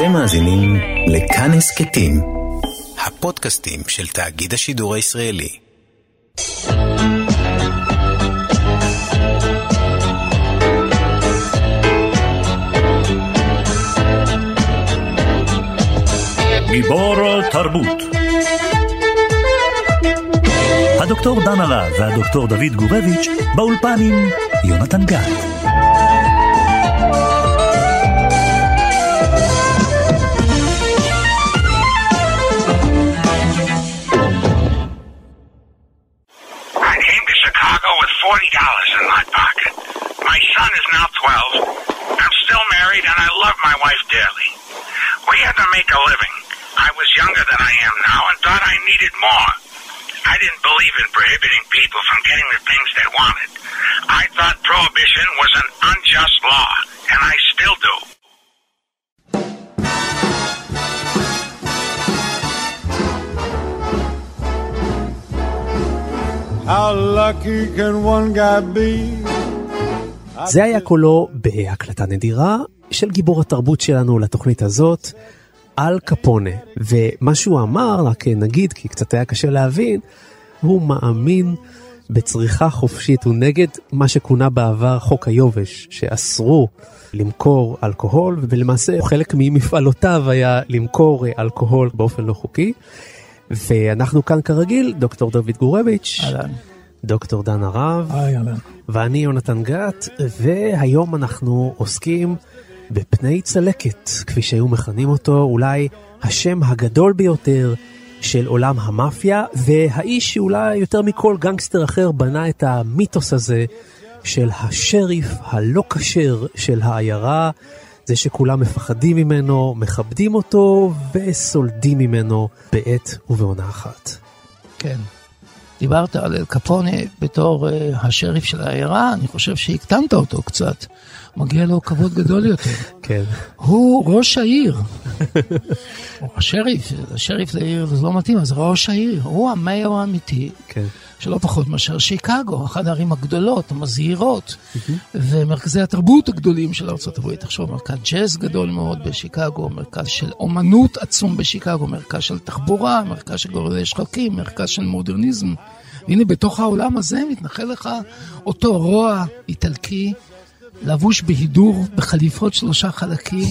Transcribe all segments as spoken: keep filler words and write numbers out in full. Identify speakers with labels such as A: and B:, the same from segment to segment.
A: אתם מאזינים לכאן הסכתים, הפודקאסטים של תאגיד השידור הישראלי.
B: גיבור תרבות. הדוקטור דן הרב והדוקטור דוד גורביץ' באולפן עם יונתן גת.
C: forty dollars in my pocket. My son is now twelve. I'm still married and I love my wife dearly. We had to make a living. I was younger than I am now and thought I needed more. I didn't believe in prohibiting people from getting the things they wanted. I thought prohibition was an unjust law, and I still do.
D: How lucky can one guy be?
E: זה היה קולו בהקלטה נדירה של גיבור התרבות שלנו לתוכנית הזאת, אל קפונה. ומה שהוא אמר, רק נגיד, כי קצת היה קשה להבין, הוא מאמין בצריכה חופשית, הוא נגד מה שכונה בעבר חוק היובש, שאסרו למכור אלכוהול, ולמעשה חלק ממפעלותיו היה למכור אלכוהול באופן לא חוקי. ואנחנו כאן כרגיל, דוקטור דוד גורביץ', אהלן. דוקטור דן הרב, אהלן. ואני יונתן גת, והיום אנחנו עוסקים בפני צלקת, כפי שהיו מכנים אותו, אולי השם הגדול ביותר של עולם המאפיה, והאיש שאולי יותר מכל גנגסטר אחר בנה את המיתוס הזה של השריף הלא כשר של העיירה, זה שכולם מפחדים ממנו, מכבדים אותו וסולדים ממנו בעת ובעונה אחת.
F: כן. דיברת על אל קפונה בתור uh, השריף של העיירה, אני חושב שהקטנת אותו קצת. מגיע לו כבוד גדול יותר. כן. הוא ראש העיר. הוא השריף, השריף לעיר זה לא מתאים, אז ראש העיר, הוא המאיור האמיתי. כן. שלא פחות מאשר שיקגו, אחת הערים הגדולות, המזהירות, mm-hmm. ומרכזי התרבות הגדולים של ארצות הברית. עכשיו, מרכז ג'אז גדול מאוד בשיקגו, מרכז של אומנות עצום בשיקגו, מרכז של תחבורה, מרכז של גורדי שחקים, מרכז של מודרניזם. והנה, בתוך העולם הזה מתנחל לך אותו רוע איטלקי, לבוש בהידור, בחליפות שלושה חלקים,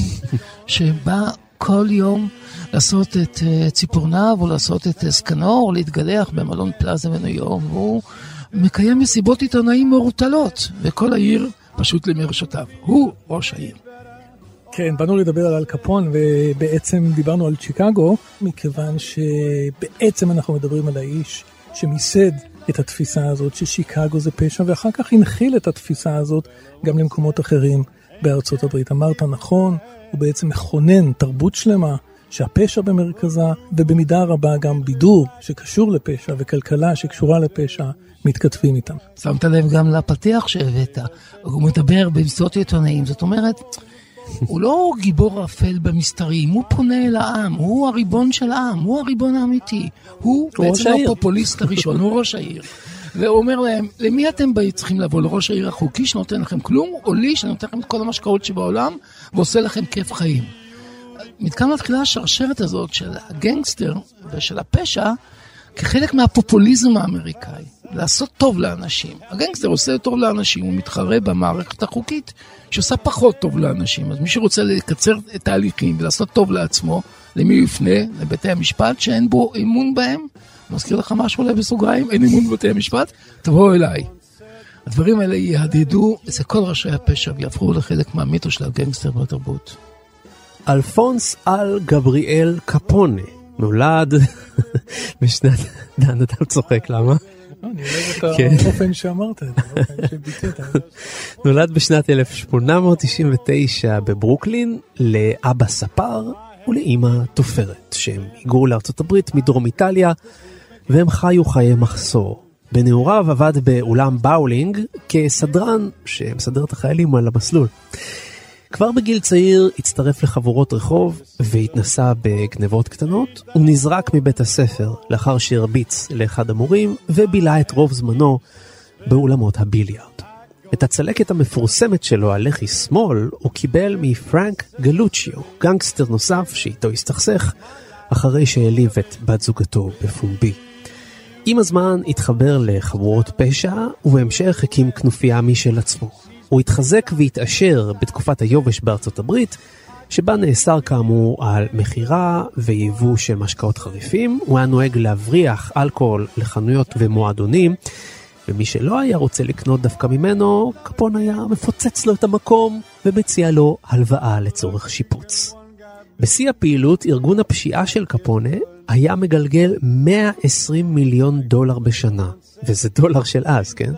F: שבא כל יום לעשות את ציפורניו, או לעשות את סקנור, או להתגלח במלון פלאזה בניו יורק, והוא מקיים מסיבות עיתונאים מורטלות, וכל העיר פשוט למרשותיו. הוא ראש העיר.
G: כן, באנו לדבר על אל קפון, ובעצם דיברנו על שיקגו, מכיוון שבעצם אנחנו מדברים על האיש שמיסד את התפיסה הזאת ששיקגו זה פשע, ואחר כך הנחיל את התפיסה הזאת גם למקומות אחרים בארצות הברית. אמרת נכון, הוא בעצם מכונן תרבות שלמה שהפשע במרכזה, ובמידה רבה גם בידור שקשור לפשע וכלכלה שקשורה לפשע מתכתבים איתם.
F: שמת לב גם לפתיח שהבאת, הוא מדבר במסיבות עיתונאים, זאת אומרת, הוא לא גיבור אפל במסתרים, הוא פונה אל העם, הוא הריבון של העם, הוא הריבון האמיתי, הוא בעצם הפופוליסט הראשון, הוא ראש העיר. והוא אומר להם, למי אתם צריכים לבוא? לראש העיר החוקי שנותן לכם כלום, או לי שנותן לכם את כל המשקעות שבעולם, ועושה לכם כיף חיים. מתכאן מתחילה השרשרת הזאת של הגנגסטר ושל הפשע, כחלק מהפופוליזם האמריקאי, לעשות טוב לאנשים. הגנגסטר עושה טוב לאנשים, הוא מתחרה במערכת החוקית, שעושה פחות טוב לאנשים. אז מי שרוצה לקצר את ההליכים ולעשות טוב לעצמו, למי יפנה? לבתי המשפט שאין בו אמון בהם. מזכיר לך משהו עולה בסוגריים, אין אמון בבתי המשפט, תבואו אליי. הדברים האלה יהדהדו אצל כל ראשי הפשע, ויהפכו לחלק מהמיתוס של הגנגסטר בתרבות.
E: אלפונס אל גבריאל קפונה נולד בשנת... דן, אתה צוחק, למה?
G: אני אוהב את האופן שאמרת, את האופן שביטאת.
E: נולד בשנת אלף שמונה מאות תשעים ותשע בברוקלין, לאבא ספר ולאמא תופרת, שהם היגרו לארצות הברית מדרום איטליה, והם חיו חיי מחסור. בנעוריו עבד באולם באולינג כסדרן שמסדר את החיילים על המסלול. כבר בגיל צעיר הצטרף לחבורות רחוב והתנסה בגנבות קטנות. הוא נזרק מבית הספר לאחר שהרביץ לאחד המורים ובילה את רוב זמנו באולמות הביליארד. את הצלקת המפורסמת שלו על לחי שמאל הוא קיבל מפרנק גלוצ'יו, גנגסטר נוסף שאיתו הסתכסך אחרי שהעליב את בת זוגתו בפומבי. עם הזמן התחבר לחבורות פשע ובהמשך הקים כנופיה משל עצמו. הוא התחזק והתעשר בתקופת היובש בארצות הברית, שבה נאסר כאמור על מחירה ויבוא של משקאות חריפים. הוא היה נוהג להבריח אלכוהול לחנויות ומועדונים, ומי שלא היה רוצה לקנות דווקא ממנו, קפון היה מפוצץ לו את המקום ומציע לו הלוואה לצורך שיפוץ. בשיא הפעילות, ארגון הפשיעה של קפונה היה מגלגל מאה ועשרים מיליון דולר בשנה, וזה דולר של אז, כן?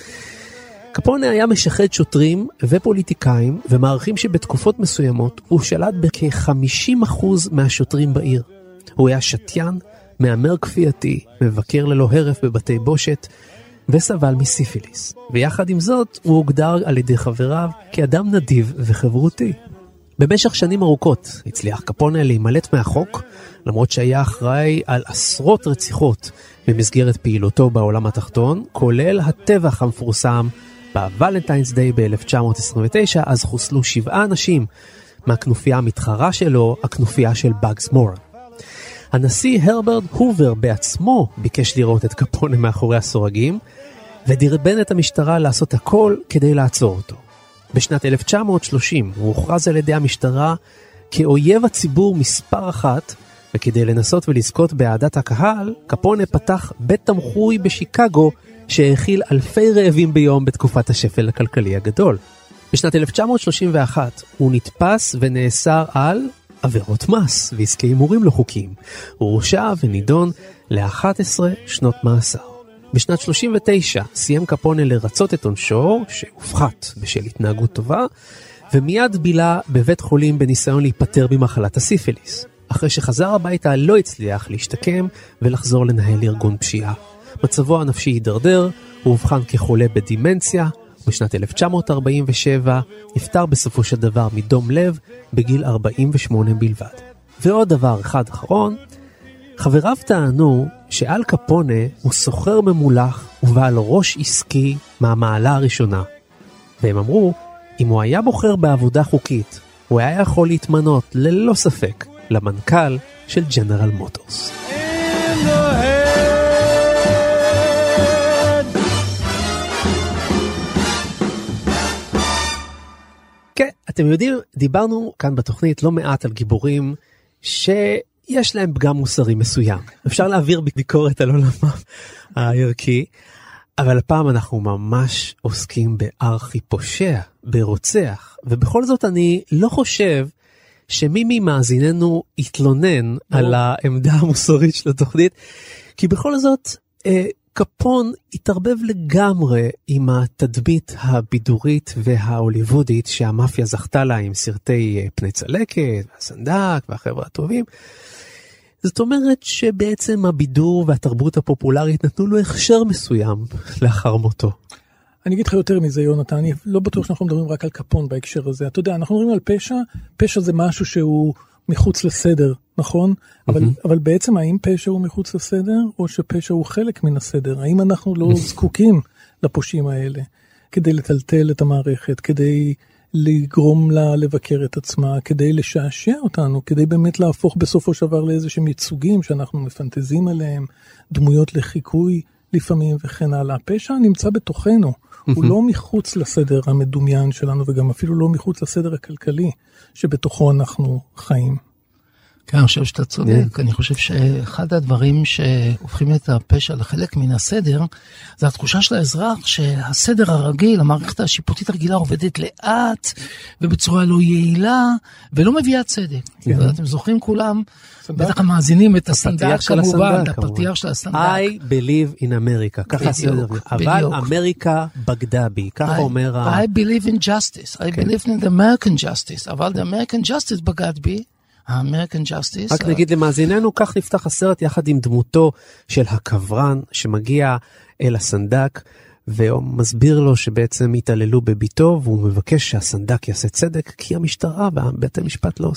E: קפונה היה משחד שוטרים ופוליטיקאים ומערכים שבתקופות מסוימות הוא שלט בכ-חמישים אחוז מהשוטרים בעיר. הוא היה שתיין, מאמר כפייתי, מבקר ללא הרף בבתי בושת וסבל מסיפיליס. ויחד עם זאת הוא הוגדר על ידי חבריו כאדם נדיב וחברותי. במשך שנים ארוכות הצליח קפונה להימלט מהחוק, למרות שהיה אחראי על עשרות רציחות במסגרת פעילותו בעולם התחתון, כולל הטבח המפורסם בוולנטיינס דיי ב-אלף תשע מאות עשרים ותשע, אז חוסלו שבעה אנשים מהכנופיה המתחרה שלו, הכנופיה של באגס מורן. הנשיא הרברט הובר בעצמו ביקש לראות את קפונה מאחורי הסורגים, ודרבן את המשטרה לעשות הכל כדי לעצור אותו. בשנת אלף תשע מאות שלושים הוא הוכרז על ידי המשטרה כאויב הציבור מספר אחת, וכדי לנסות ולזכות באהדת הקהל, קפונה פתח בית תמחוי בשיקגו שהאכיל אלפי רעבים ביום בתקופת השפל הכלכלי הגדול. בשנת אלף תשע מאות שלושים ואחת הוא נתפס ונאסר על עבירות מס ועסקי הימורים לא חוקיים. הוא הורשע ונידון ל-אחת עשרה שנות מאסר. בשנת שלושים ותשע סיים קפונה לרצות את עונשו, שהופחת בשל התנהגות טובה, ומיד בילה בבית חולים בניסיון להיפטר ממחלת הסיפיליס. אחרי שחזר הביתה לא הצליח להשתקם ולחזור לנהל ארגון פשיעה. מצבו הנפשי הידרדר, הוא הובחן כחולה בדימנציה, ובשנת אלף תשע מאות ארבעים ושבע נפטר בסופו של דבר מדום לב בגיל ארבעים ושמונה בלבד. ועוד דבר אחד אחרון, חבריו טענו שאל קפונה הוא סוחר ממולח ובעל ראש עסקי מהמעלה הראשונה. והם אמרו, אם הוא היה בוחר בעבודה חוקית, הוא היה יכול להתמנות ללא ספק למנכ"ל של ג'נרל מוטורס. כן, אתם יודעים, דיברנו כאן בתוכנית לא מעט על גיבורים שיש להם פגם מוסרי מסוים. אפשר להעביר ביקורת על עולמם הערכי, אבל הפעם אנחנו ממש עוסקים בארכי פושע, ברוצח, ובכל זאת אני לא חושב שמי ממאזיננו יתלונן על העמדה המוסרית של התוכנית, כי בכל זאת קפון התערבב לגמרי עם התדמית הבידורית וההוליוודית שהמאפיה זכתה לה עם סרטי פני צלקת, והסנדק והחבר'ה הטובים. זאת אומרת שבעצם הבידור והתרבות הפופולרית נתנו לו הכשר מסוים לאחר מותו.
G: אני אגיד לך יותר מזה, יונתן, אני לא בטוח שאנחנו מדברים רק על קפון בהקשר הזה. אתה יודע, אנחנו מדברים על פשע, פשע זה משהו שהוא מחוץ לסדר, נכון? אבל, אבל בעצם האם פשע הוא מחוץ לסדר, או שפשע הוא חלק מן הסדר? האם אנחנו לא זקוקים לפושעים האלה, כדי לטלטל את המערכת, כדי לגרום לה לבקר את עצמה, כדי לשעשע אותנו, כדי באמת להפוך בסופו של דבר לאיזשהם ייצוגים שאנחנו מפנטזים עליהם, דמויות לחיקוי לפעמים וכן הלאה. הפשע נמצא בתוכנו, הוא לא מחוץ לסדר המדומיין שלנו, וגם אפילו לא מחוץ לסדר הכלכלי שבתוכו אנחנו חיים.
F: כן, אני חושב שאתה צודק. אני חושב שאחד הדברים שהופכים את הפשע לחלק מן הסדר, זה התחושה של האזרח שהסדר הרגיל, המערכת השיפוטית הרגילה עובדת לאט, ובצורה לא יעילה, ולא מביאה צדק. ואתם זוכרים כולם, בטח המאזינים את הסנדק כמובן, את הפתיח של הסנדק. I believe in America, ככה הסדר.
E: אבל אמריקה בגדה בי, ככה אומר...
F: I believe in justice, I believe in the American justice, אבל the American justice בגד בי, האמריקן ג'סטיס.
E: רק נגיד למאזיננו, כך נפתח הסרט יחד עם דמותו של הקברן שמגיע אל הסנדק ומסביר לו שבעצם התעללו בביתו, והוא מבקש שהסנדק יעשה צדק כי המשטרה ובתי המשפט לא עושים.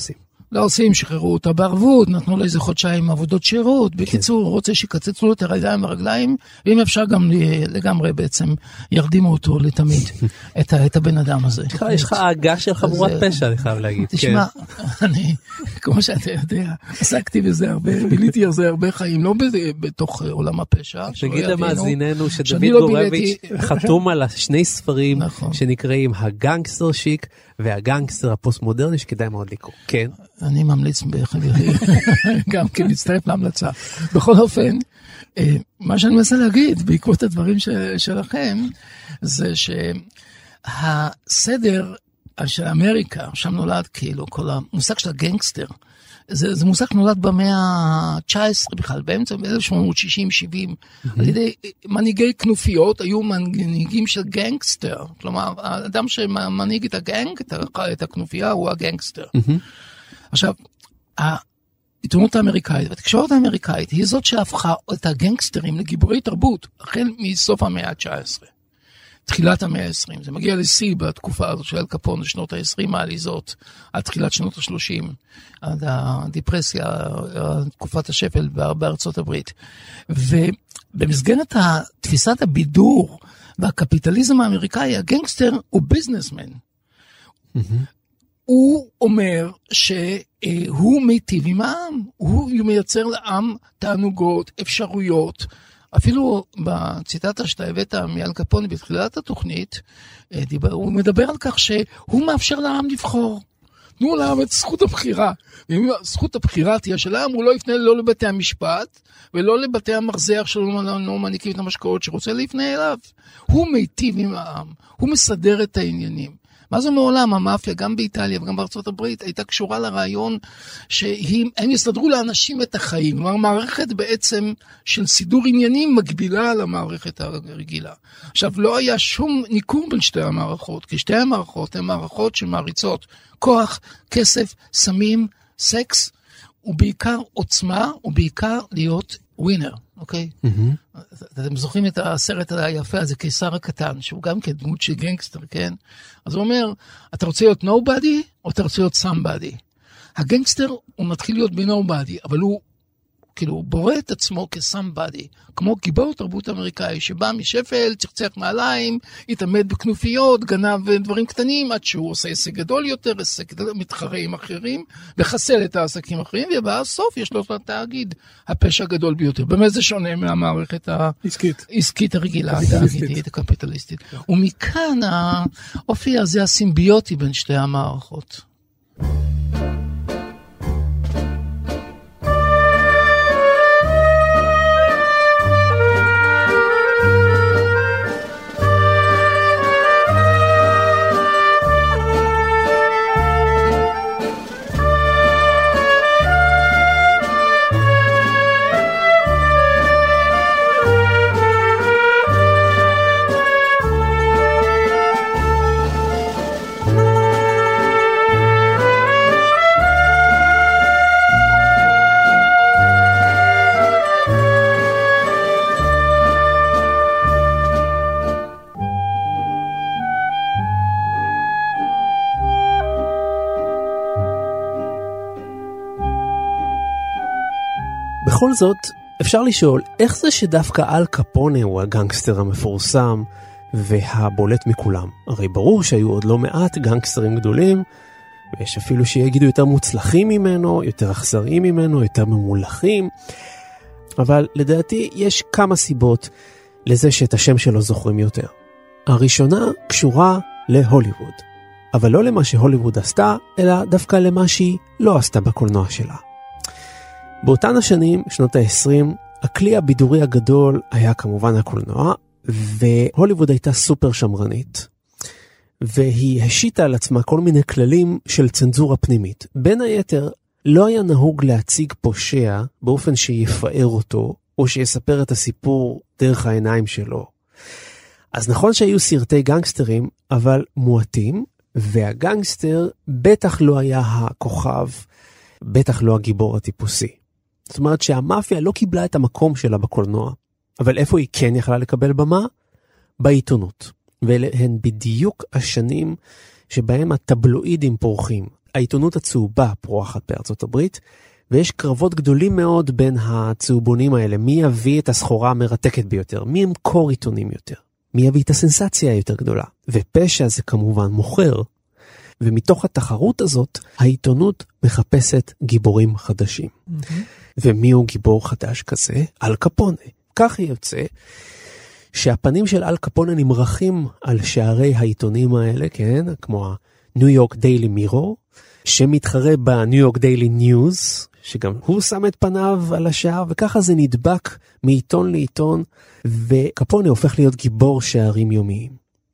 F: לא עושים, שחררו אותה בערבות, נתנו לה איזה חודשיים עבודות שירות, בקיצור, הוא רוצה שיקצצו לו את הרגליים והרגליים, ואם אפשר גם לגמרי בעצם ירדימו אותו לתמיד, את הבן אדם הזה.
E: יש לך ההגה של חבורת פשע, אני חייב להגיד.
F: תשמע, אני, כמו שאתה יודע, עסקתי בזה הרבה, ביליתי על זה הרבה חיים, לא בתוך עולם הפשע.
E: תגיד למאזיננו שדוד גורביץ' חתום על שני ספרים שנקראים הגנגסטר שיק והגנגסטר הפוסט-מודרני שכדאי מאוד לקרוא. כן.
F: אני ממליץ בחברי, גם כן מצטרף להמלצה. בכל אופן, מה שאני מנסה להגיד בעקבות הדברים שלכם, זה שהסדר של אמריקה, שם נולד כאילו כל המושג של הגנגסטר, זה, זה מושג נולד במאה ה-תשע עשרה בכלל, באמצע ב-אלף שמונה מאות שישים שבעים, mm-hmm. על ידי מנהיגי כנופיות, היו מנהיגים של גנגסטר, כלומר, האדם שמנהיג את הגנג, את הכנופיה, הוא הגנגסטר. Mm-hmm. עכשיו, העיתונות האמריקאית, והתקשורת האמריקאית, היא זאת שהפכה את הגנגסטרים לגיבורי תרבות, החל מסוף המאה ה-תשע עשרה. תחילת המאה ה-עשרים, זה מגיע לשיא בתקופה הזאת של אל קפון, שנות ה-עשרים העליזות, עד תחילת שנות ה-שלושים, עד הדיפרסיה, תקופת השפל בארצות הברית. ובמסגרת תפיסת הבידור והקפיטליזם האמריקאי, הגנגסטר הוא ביזנסמן. הוא אומר שהוא מיטיב עם העם, הוא מייצר לעם תענוגות, אפשרויות, אפילו בציטטה שאתה הבאת מאל קפוני בתחילת התוכנית, הוא מדבר על כך שהוא מאפשר לעם לבחור. תנו לעם את זכות הבחירה. ואם זכות הבחירה תהיה של העם, הוא לא יפנה לא לבתי המשפט, ולא לבתי המרזח שלו לא מעניקים את המשקעות שרוצה לפני אליו. הוא מיטיב עם העם, הוא מסדר את העניינים. מה זה מעולם? המאפיה, גם באיטליה וגם בארצות הברית, הייתה קשורה לרעיון שהם יסדרו לאנשים את החיים. כלומר, מערכת בעצם של סידור עניינים מגבילה למערכת הרגילה. עכשיו, לא היה שום ניכור בין שתי המערכות, כי שתי המערכות הן מערכות שמעריצות כוח, כסף, סמים, סקס, ובעיקר עוצמה, ובעיקר להיות ווינר, אוקיי? Mm-hmm. אתם זוכרים את הסרט היפה הזה, קיסר הקטן, שהוא גם כדמות של גנגסטר, כן? אז הוא אומר, אתה רוצה להיות nobody, או אתה רוצה להיות somebody? הגנגסטר, הוא מתחיל להיות ב-nobody, אבל הוא, כאילו, הוא בורא את עצמו כ-somebody, כמו גיבור תרבות אמריקאי, שבא משפל, צחצח מעליים, התעמד בכנופיות, גנב דברים קטנים, עד שהוא עושה עסק גדול יותר, עסק מתחרה עם אחרים, וחסל את העסקים האחרים, ובסוף יש לו את התאגיד, הפשע הגדול ביותר. באמת זה שונה מהמערכת העסקית הרגילה, התאגידית, הקפיטליסטית. ומכאן האופי הזה הסימביוטי בין שתי המערכות.
E: בכל זאת, אפשר לשאול, איך זה שדווקא אל קפונה הוא הגנגסטר המפורסם והבולט מכולם? הרי ברור שהיו עוד לא מעט גנגסטרים גדולים, ויש אפילו שיגידו יותר מוצלחים ממנו, יותר אכזריים ממנו, יותר ממולחים, אבל לדעתי יש כמה סיבות לזה שאת השם שלו זוכרים יותר. הראשונה קשורה להוליווד, אבל לא למה שהוליווד עשתה, אלא דווקא למה שהיא לא עשתה בקולנוע שלה. באותן השנים, שנות ה-עשרים, הכלי הבידורי הגדול היה כמובן הקולנוע, והוליווד הייתה סופר שמרנית. והיא השיתה על עצמה כל מיני כללים של צנזורה פנימית. בין היתר, לא היה נהוג להציג פושע באופן שיפאר אותו, או שיספר את הסיפור דרך העיניים שלו. אז נכון שהיו סרטי גנגסטרים, אבל מועטים, והגנגסטר בטח לא היה הכוכב, בטח לא הגיבור הטיפוסי. זאת אומרת שהמאפיה לא קיבלה את המקום שלה בקולנוע. אבל איפה היא כן יכלה לקבל במה? בעיתונות. ואלה הן בדיוק השנים שבהם הטבלואידים פורחים. העיתונות הצהובה פורחת בארצות הברית, ויש קרבות גדולים מאוד בין הצהובונים האלה. מי יביא את הסחורה המרתקת ביותר? מי ימכור עיתונים יותר? מי יביא את הסנסציה היותר גדולה? ופשע זה כמובן מוכר. ומתוך התחרות הזאת, העיתונות מחפשת גיבורים חדשים. Mm-hmm. ומי הוא גיבור חדש כזה? אל קפונה. כך יוצא שהפנים של אל קפונה נמרחים על שערי העיתונים האלה, כן? כמו הניו יורק דיילי מירור, שמתחרה בניו יורק דיילי ניוז, שגם הוא שם את פניו על השער, וככה זה נדבק מעיתון לעיתון, וקפונה הופך להיות גיבור שערים יומיים.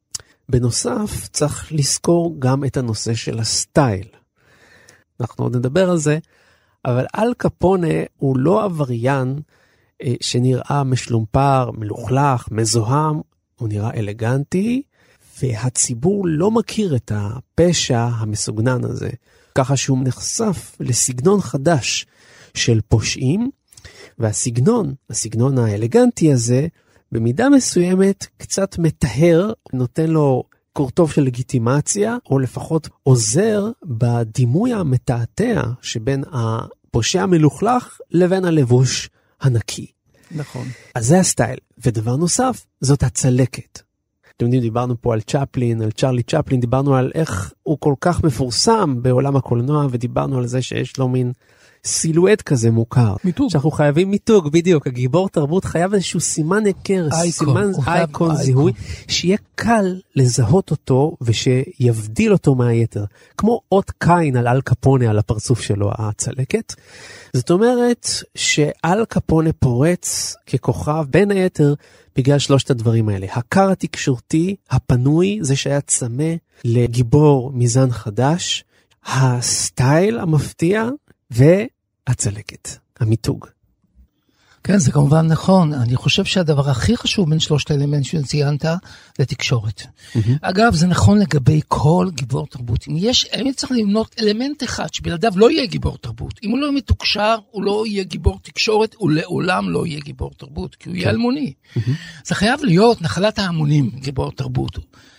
E: בנוסף, צריך לזכור גם את הנושא של הסטייל. אנחנו עוד נדבר על זה, אבל אל קפונה הוא לא עבריין אה, שנראה משלומפר, מלוכלך, מזוהם, הוא נראה אלגנטי, והציבור לא מכיר את הפשע המסוגנן הזה, ככה שהוא נחשף לסגנון חדש של פושעים, והסגנון, הסגנון האלגנטי הזה, במידה מסוימת קצת מטהר, נותן לו קורטוב של לגיטימציה, או לפחות עוזר בדימוי המתעתע שבין הפושע המלוכלך לבין הלבוש הנקי.
F: נכון.
E: אז זה הסטייל. ודבר נוסף, זאת הצלקת. אתם יודעים, דיברנו פה על צ'פלין, על צ'רלי צ'פלין, דיברנו על איך הוא כל כך מפורסם בעולם הקולנוע, ודיברנו על זה שיש לו מין סילואט כזה מוכר.
G: מיתוג.
E: שאנחנו חייבים מיתוג, בדיוק. הגיבור תרבות חייב איזשהו סימן היכר, סימן אייקון זיהוי, שיהיה קל לזהות אותו ושיבדיל אותו מהיתר. כמו אות קין על אל קפונה על הפרצוף שלו, הצלקת. זאת אומרת שאל קפונה פורץ ככוכב בין היתר בגלל שלושת הדברים האלה. הקר התקשורתי, הפנוי, זה שהיה צמא לגיבור מזן חדש, הסטייל המפתיע, והצלקת, המיתוג.
F: כן, זה כמובן נכון. אני חושב שהדבר הכי חשוב בין שלושת האלמנט שציינת, זה תקשורת. Mm-hmm. אגב, זה נכון לגבי כל גיבור תרבות. אם יש, אם צריך למנות אלמנט אחד שבלעדיו לא יהיה גיבור תרבות. אם הוא לא מתוקשר, הוא לא יהיה גיבור תקשורת, הוא לעולם לא יהיה גיבור תרבות, כי הוא יהיה אלמוני. Mm-hmm. זה חייב להיות נחלת ההמונים, גיבור תרבות.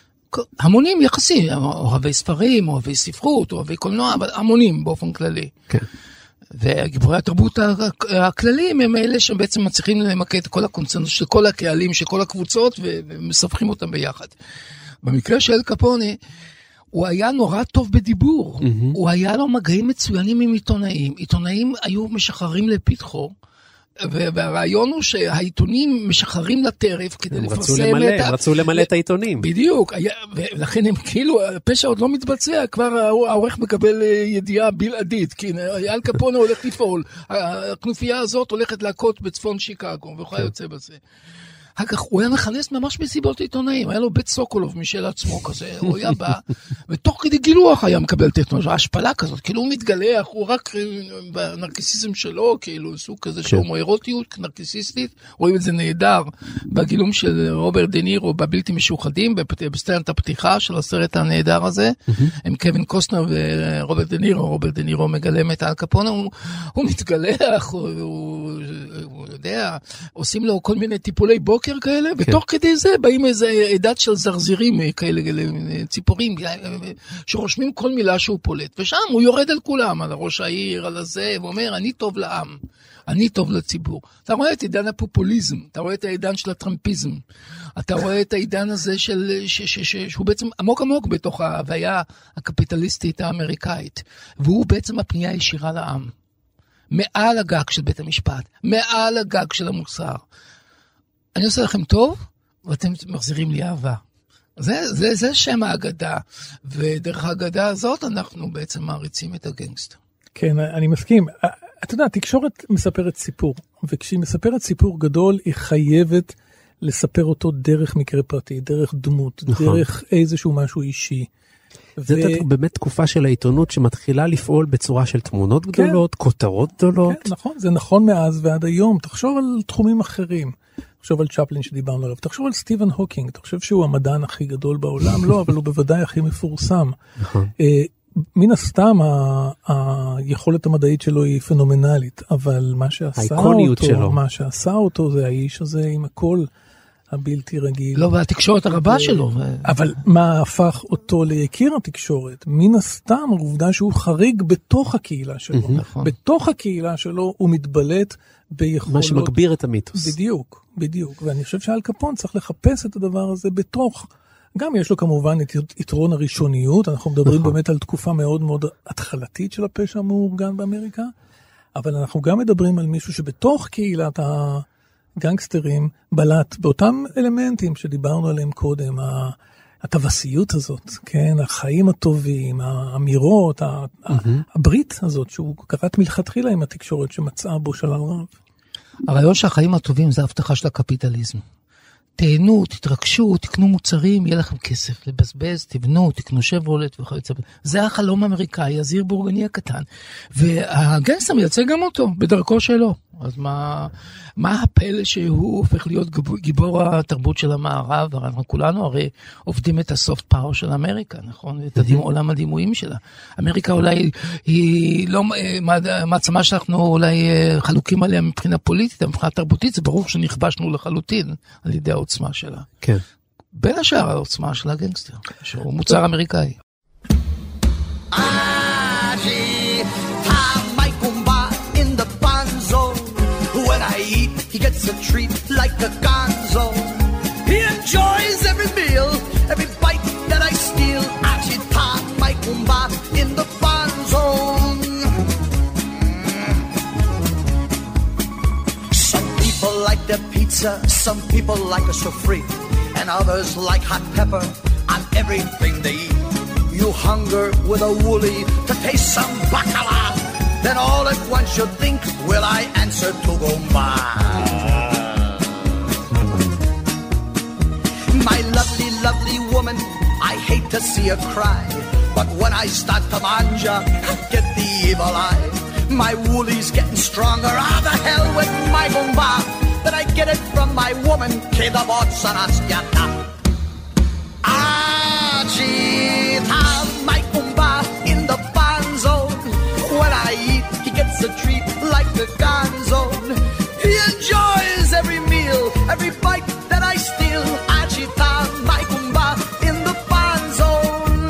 F: המונים יחסים, אוהבי ספרים, אוהבי ספרות, אוהבי קולנוע, אבל המונים באופן כללי. כן. וגיבורי התרבות הכלליים הם אלה שבעצם מצליחים למקד כל הקונצנזוס של כל הקהלים, של כל הקבוצות, ומספחים אותם ביחד. במקרה של אל קפונה, הוא היה נורא טוב בדיבור. Mm-hmm. הוא היה לו מגעים מצוינים עם עיתונאים. עיתונאים היו משחררים לפתחו, והרעיון הוא שהעיתונים משחררים לטרף כדי לפרסם
E: למלא,
F: את ה...
E: הם רצו למלא את העיתונים.
F: בדיוק, ולכן הם כאילו, הפשע עוד לא מתבצע, כבר העורך מקבל ידיעה בלעדית, כי אל קפונה הולך לפעול, הכנופיה הזאת הולכת להכות בצפון שיקגו, וכל יוצא בזה. אחר כך הוא היה מכנס ממש מסיבות עיתונאים, היה לו בית סוקולוב משל עצמו כזה, הוא היה בא, ותוך כדי גילוח היה מקבל טכנולוגיה, השפלה כזאת, כאילו הוא מתגלח, הוא רק בנרקיסיזם שלו, כאילו סוג כזה של הומואירוטיות נרקיסיסטית, רואים את זה נהדר, בגילום של רוברט דה נירו, בבלתי משוחדים, בסצנת הפתיחה של הסרט הנהדר הזה, עם קווין קוסטנר ורוברט דה נירו, רוברט דה נירו מגלם את אל קפונה, הוא מתגלח, הוא יודע, עושים לו כל מיני טיפולי בוקר, כאלה, ותוך כדי זה באים איזה עדת של זרזירים כאלה, ציפורים, שרושמים כל מילה שהוא פולט, ושם הוא יורד על כולם, על הראש העיר, על הזה, ואומר, אני טוב לעם, אני טוב לציבור. אתה רואה את עידן הפופוליזם, אתה רואה את העידן של הטראמפיזם, אתה רואה את העידן הזה של, ש, ש, ש, שהוא בעצם עמוק עמוק בתוך ההוויה הקפיטליסטית האמריקאית, והוא בעצם הפנייה הישירה לעם. מעל הגג של בית המשפט, מעל הגג של המוסר. אני עושה לכם טוב, ואתם מחזירים לי אהבה. זה, זה, זה שם האגדה, ודרך האגדה הזאת אנחנו בעצם מעריצים את הגנגסטר.
G: כן, אני מסכים. אתה יודע, התקשורת מספרת סיפור, וכשהיא מספרת סיפור גדול, היא חייבת לספר אותו דרך מקרה פרטי, דרך דמות, נכון. דרך איזשהו משהו אישי.
E: זה ו... באמת תקופה של העיתונות שמתחילה לפעול בצורה של תמונות גדולות, כן. כותרות גדולות.
G: כן, נכון, זה נכון מאז ועד היום. תחשוב על תחומים אחרים. תחשוב על צ'פלין שדיברנו עליו, תחשוב על סטיבן הוקינג, תחשוב שהוא המדען הכי גדול בעולם, לא, אבל הוא בוודאי הכי מפורסם. נכון. מן הסתם, היכולת המדעית שלו היא פנומנלית, אבל מה שעשה אותו, מה שעשה אותו זה האיש הזה עם הקול הבלתי רגיל.
F: לא, והתקשורת הרבה שלו.
G: אבל מה הפך אותו ליקיר התקשורת? מן הסתם, העובדה שהוא חריג בתוך הקהילה שלו. בתוך הקהילה שלו הוא מתבלט ביכולות...
E: מה שמגביר את המיתוס.
G: בדיוק, בדיוק. ואני חושב שאל קפון צריך לחפש את הדבר הזה בתוך... גם יש לו כמובן את יתרון הראשוניות, אנחנו מדברים באמת על תקופה מאוד מאוד התחלתית של הפשע המאורגן באמריקה, אבל אנחנו גם מדברים על מישהו שבתוך קהילת הגנגסטרים בלט באותם אלמנטים שדיברנו עליהם קודם, הטווסיות הזאת, כן, החיים הטובים, האמירות, הברית הזאת שהוא קראת מלכתחילה עם התקשורת שמצאה בו שלל רב.
F: הרעיון שהחיים הטובים זה הבטחה של הקפיטליזם. תהנו, תתרגשו, תקנו מוצרים, יהיה לכם כסף לבזבז, תבנו, תקנו שברולט וכיוצא. זה החלום האמריקאי, הזיר בורגני הקטן. והגנגסטר מייצג גם אותו, בדרכו שלו. אז מה, מה הפלא שהוא הופך להיות גיבור התרבות של המערב? אנחנו כולנו הרי עובדים את הסופט פאוור של אמריקה, נכון? את עולם הדימויים שלה. אמריקה אולי היא לא, מעצמה שאנחנו אולי חלוקים עליה מבחינה פוליטית, מבחינה תרבותית, זה ברור שנכבשנו לחלוטין על ידי העוצמה שלה.
E: כן.
F: בין השאר העוצמה של הגנגסטר, שהוא מוצר אמריקאי.
H: He gets a treat like a gonzo. He enjoys every meal, every bite that I steal. Achita, my kumba, in the fun zone. Some people like their pizza, some people like us for free, and others like hot pepper on everything they eat. You hunger with a woolly to taste some bacala. Then all at once you think, will I answer to Gomba? My lovely, lovely woman, I hate to see her cry. But when I start to manja, I get the evil eye. My woolly's getting stronger, ah, the hell with my Gomba. That I get it from my woman, Keda Botsanastyata. Ah, Chita, my Gomba in the fan zone. When I eat, he gets a treat like the gonzo. He enjoys every meal, every bite that I steal. Achita, my kumba in the fan zone.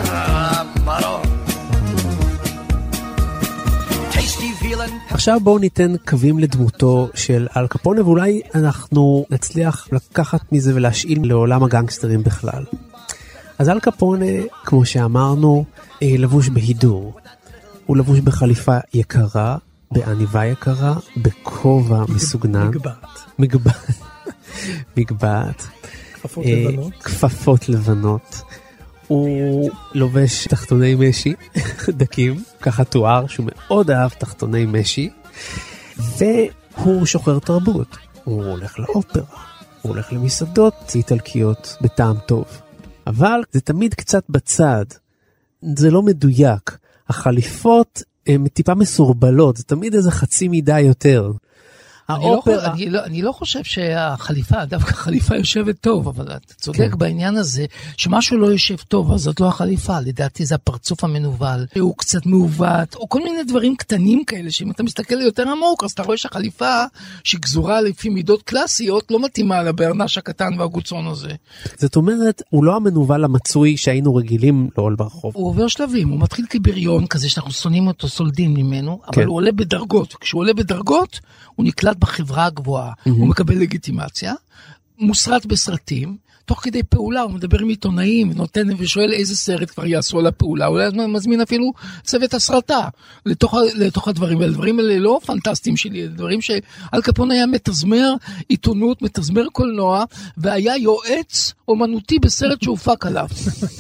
H: Tasty veal and pepper.
E: עכשיו בואו ניתן קווים לדמותו של אל קפונה, ואולי אנחנו נצליח לקחת מזה ולהשאיל לעולם הגנגסטרים בכלל. אז אל קפונה, כמו שאמרנו, לבוש בהידור. הוא לבוש בחליפה יקרה, בעניבה יקרה, בכובע מסוגנן.
G: מגבעת.
E: מגבעת. מגבעת.
G: כפפות לבנות.
E: כפפות לבנות. הוא לובש תחתוני משי, דקים, ככה תואר, שהוא מאוד אהב תחתוני משי, והוא שוחר תרבות. הוא הולך לאופרה, הוא הולך למסעדות איטלקיות בטעם טוב. אבל זה תמיד קצת בצד, זה לא מדויק. החליפות הן טיפה מסורבלות, זה תמיד איזה חצי מידה יותר.
F: האופרה... אני, לא, אני לא חושב שהחליפה, דווקא החליפה יושבת טוב, אבל אתה צודק כן. בעניין הזה, שמשהו לא יושב טוב, אז זאת לא החליפה, לדעתי זה הפרצוף המנוול, הוא קצת מעוות, או כל מיני דברים קטנים כאלה, שאם אתה מסתכל יותר עמוק, אז אתה רואה שהחליפה שגזורה לפי מידות קלאסיות, לא מתאימה לברנש הקטן והגוצון הזה.
E: זאת אומרת, הוא לא המנוול המצוי שהיינו רגילים לעול ברחוב.
F: הוא עובר שלבים, הוא מתחיל כבריון כזה שאנחנו שונאים אותו, סולדים ממנו, אבל כן. הוא עולה בדרגות, כשהוא עולה בדרגות, הוא נקלט בחברה הגבוהה, mm-hmm. הוא מקבל לגיטימציה, מוסרט בסרטים, תוך כדי פעולה הוא מדבר עם עיתונאים, ונותן ושואל איזה סרט כבר יעשו על הפעולה, אולי מזמין אפילו צוות הסרטה לתוך, לתוך הדברים, והדברים האלה לא פנטסטיים שלי, דברים שאל קפון היה מתזמר עיתונות, מתזמר קולנוע, והיה יועץ אומנותי בסרט שהופק עליו.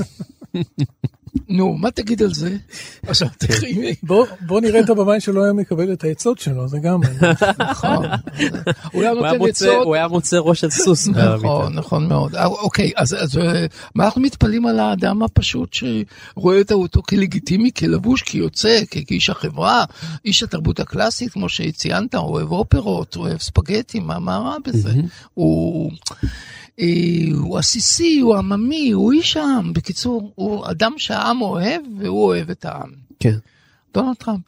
F: נו, מה תגיד על זה? עכשיו תקרימי.
G: בוא נראה את הבמאי שלא היה מקבל את העצות שלו, זה גם...
F: נכון.
E: הוא היה מוצא ראש על סוס.
F: נכון, נכון מאוד. אוקיי, אז מה אנחנו מתפלים על האדם הפשוט שרואה אותו כלגיטימי, כלבוש, כיוצא, כאיש החברה, איש התרבות הקלאסית, כמו שציינת, אוהב אופרות, אוהב ספגטי, מה רע בזה? הוא... הוא עסיסי, הוא עממי, הוא איש העם. בקיצור, הוא אדם שהעם אוהב, והוא אוהב את העם.
E: כן.
F: דונלד טראמפ.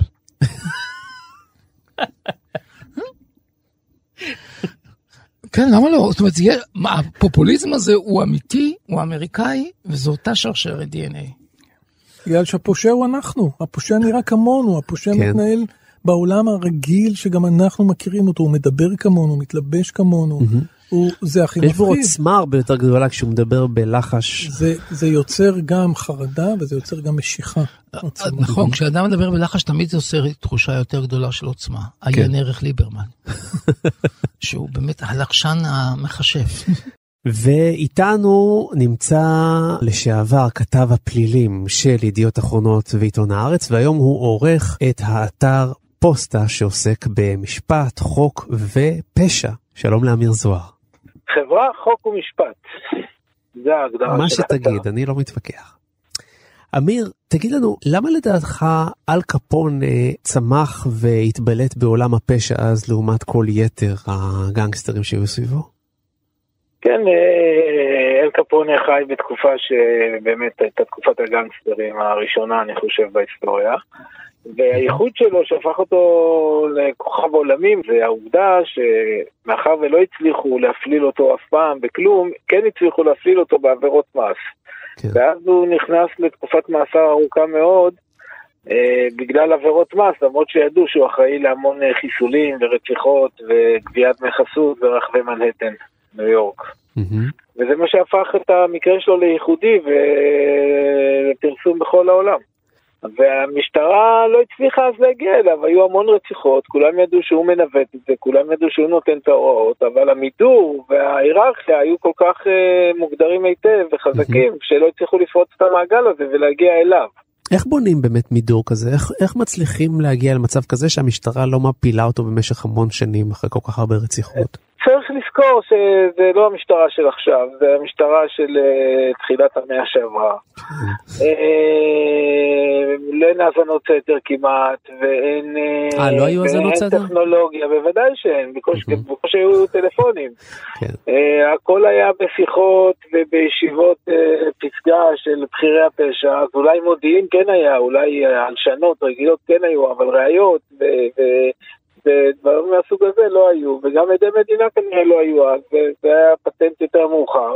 F: כן, למה לא? זאת אומרת, הפופוליזם הזה הוא אמיתי, הוא אמריקאי, וזו אותה שרשרת די אן איי.
G: בגלל שהפושע הוא אנחנו, הפושע נראה כמונו, הפושע כן. מתנהל בעולם הרגיל שגם אנחנו מכירים אותו, הוא מדבר כמונו, הוא מתלבש כמונו, mm-hmm. הוא, זה הכי מפחיד.
E: יש בו עוצמה הרבה יותר גדולה כשהוא מדבר בלחש.
G: זה, זה יוצר גם חרדה וזה יוצר גם משיכה.
F: נכון, כשאדם מדבר בלחש תמיד זה עושה תחושה יותר גדולה של עוצמה. עיין ערך ליברמן. שהוא באמת הלחשן המחשף.
E: ואיתנו נמצא לשעבר כתב הפלילים של ידיעות אחרונות ועיתון הארץ, והיום הוא עורך את האתר פוסטה שעוסק במשפט, חוק ופשע. שלום לאמיר זוהר.
I: חברה, חוק ומשפט. זה ההגדרה
E: מה שתגיד, אני לא מתווכח. אמיר, תגיד לנו, למה לדעתך אל קפון צמח והתבלט בעולם הפשע אז לעומת כל יתר הגנגסטרים שהיו סביבו?
I: כן, אל קפון חי בתקופה שבאמת הייתה תקופת הגנגסטרים הראשונה, אני חושב, בהיסטוריה. והייחוד שלו שהפך אותו לכוכב עולמים זה העובדה שמאחר ולא הצליחו להפליל אותו אף פעם בכלום, כן הצליחו להפליל אותו בעבירות מס. כן. ואז הוא נכנס לתקופת מאסר ארוכה מאוד אה, בגלל עבירות מס, למרות שידעו שהוא אחראי להמון חיסולים ורציחות וגביית דמי חסות ברחבי מנהטן, ניו יורק. Mm-hmm. וזה מה שהפך את המקרה שלו לייחודי ולפרסום בכל העולם. והמשטרה לא הצליחה אז להגיע אליו, היו המון רציחות, כולם ידעו שהוא מנווט את זה, כולם ידעו שהוא נותן את ההוראות, אבל המידור וההיררכיה היו כל כך uh, מוגדרים היטב וחזקים, שלא הצליחו לפרוץ את המעגל הזה ולהגיע אליו.
E: איך בונים באמת מידור כזה? איך, איך מצליחים להגיע למצב כזה שהמשטרה לא מפילה אותו במשך המון שנים אחרי כל כך הרבה רציחות? צריך
I: לזכור שזה לא המשטרה של עכשיו, זה המשטרה של uh, תחילת המאה שעברה. אין האזנות סתר כמעט, ואין
E: אה, לא היו האזנות סתר?
I: טכנולוגיה, בוודאי שאין, בקושי היו טלפונים. הכל היה בשיחות ובישיבות פסגה של בחירי הפשע, אז אולי מודיעין כן היה, אולי הלשנות רגילות כן היו, אבל ראיות ודברים מהסוג הזה לא היו, וגם עדי מדינה כנראה לא היו, אז זה היה פטנט יותר מאוחר.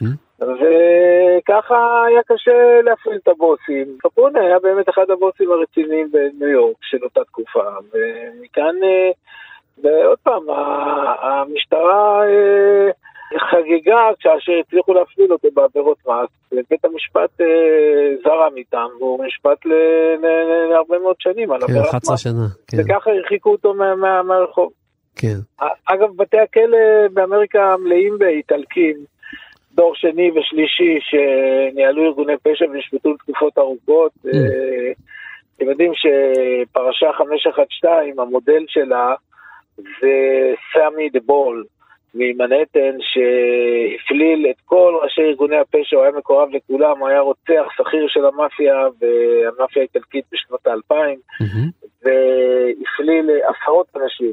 I: וככה היה קשה להפעיל את הבוסים. קפון היה באמת אחד הבוסים הרציניים בניו יורק של אותה תקופה, ומכאן, ועוד פעם, המשטרה חגיגה כאשר הצליחו להפעיל אותו בעבירות מס, ובית המשפט זרם איתם, והוא משפט להרבה מאוד שנים על עבירת מס.
E: אחת עשרה שנה, כן.
I: וככה הרחיקו אותו מהרחוב.
E: כן.
I: אגב, בתי הכלא באמריקה מלאים באיטלקים, דור שני ושלישי שניהלו ארגוני פשע ונשפטו לתקופות ארוכות. אתם יודעים שפרשה חמש אחת שתיים, המודל שלה זה סמי דה בול ממנהטן, שהפליל את כל ראשי ארגוני הפשע, הוא היה מקורב לכולם, הוא היה רוצח שכיר של המאפיה והמאפיה האיטלקית בשנות האלפיים, והפליל עשרות אנשים.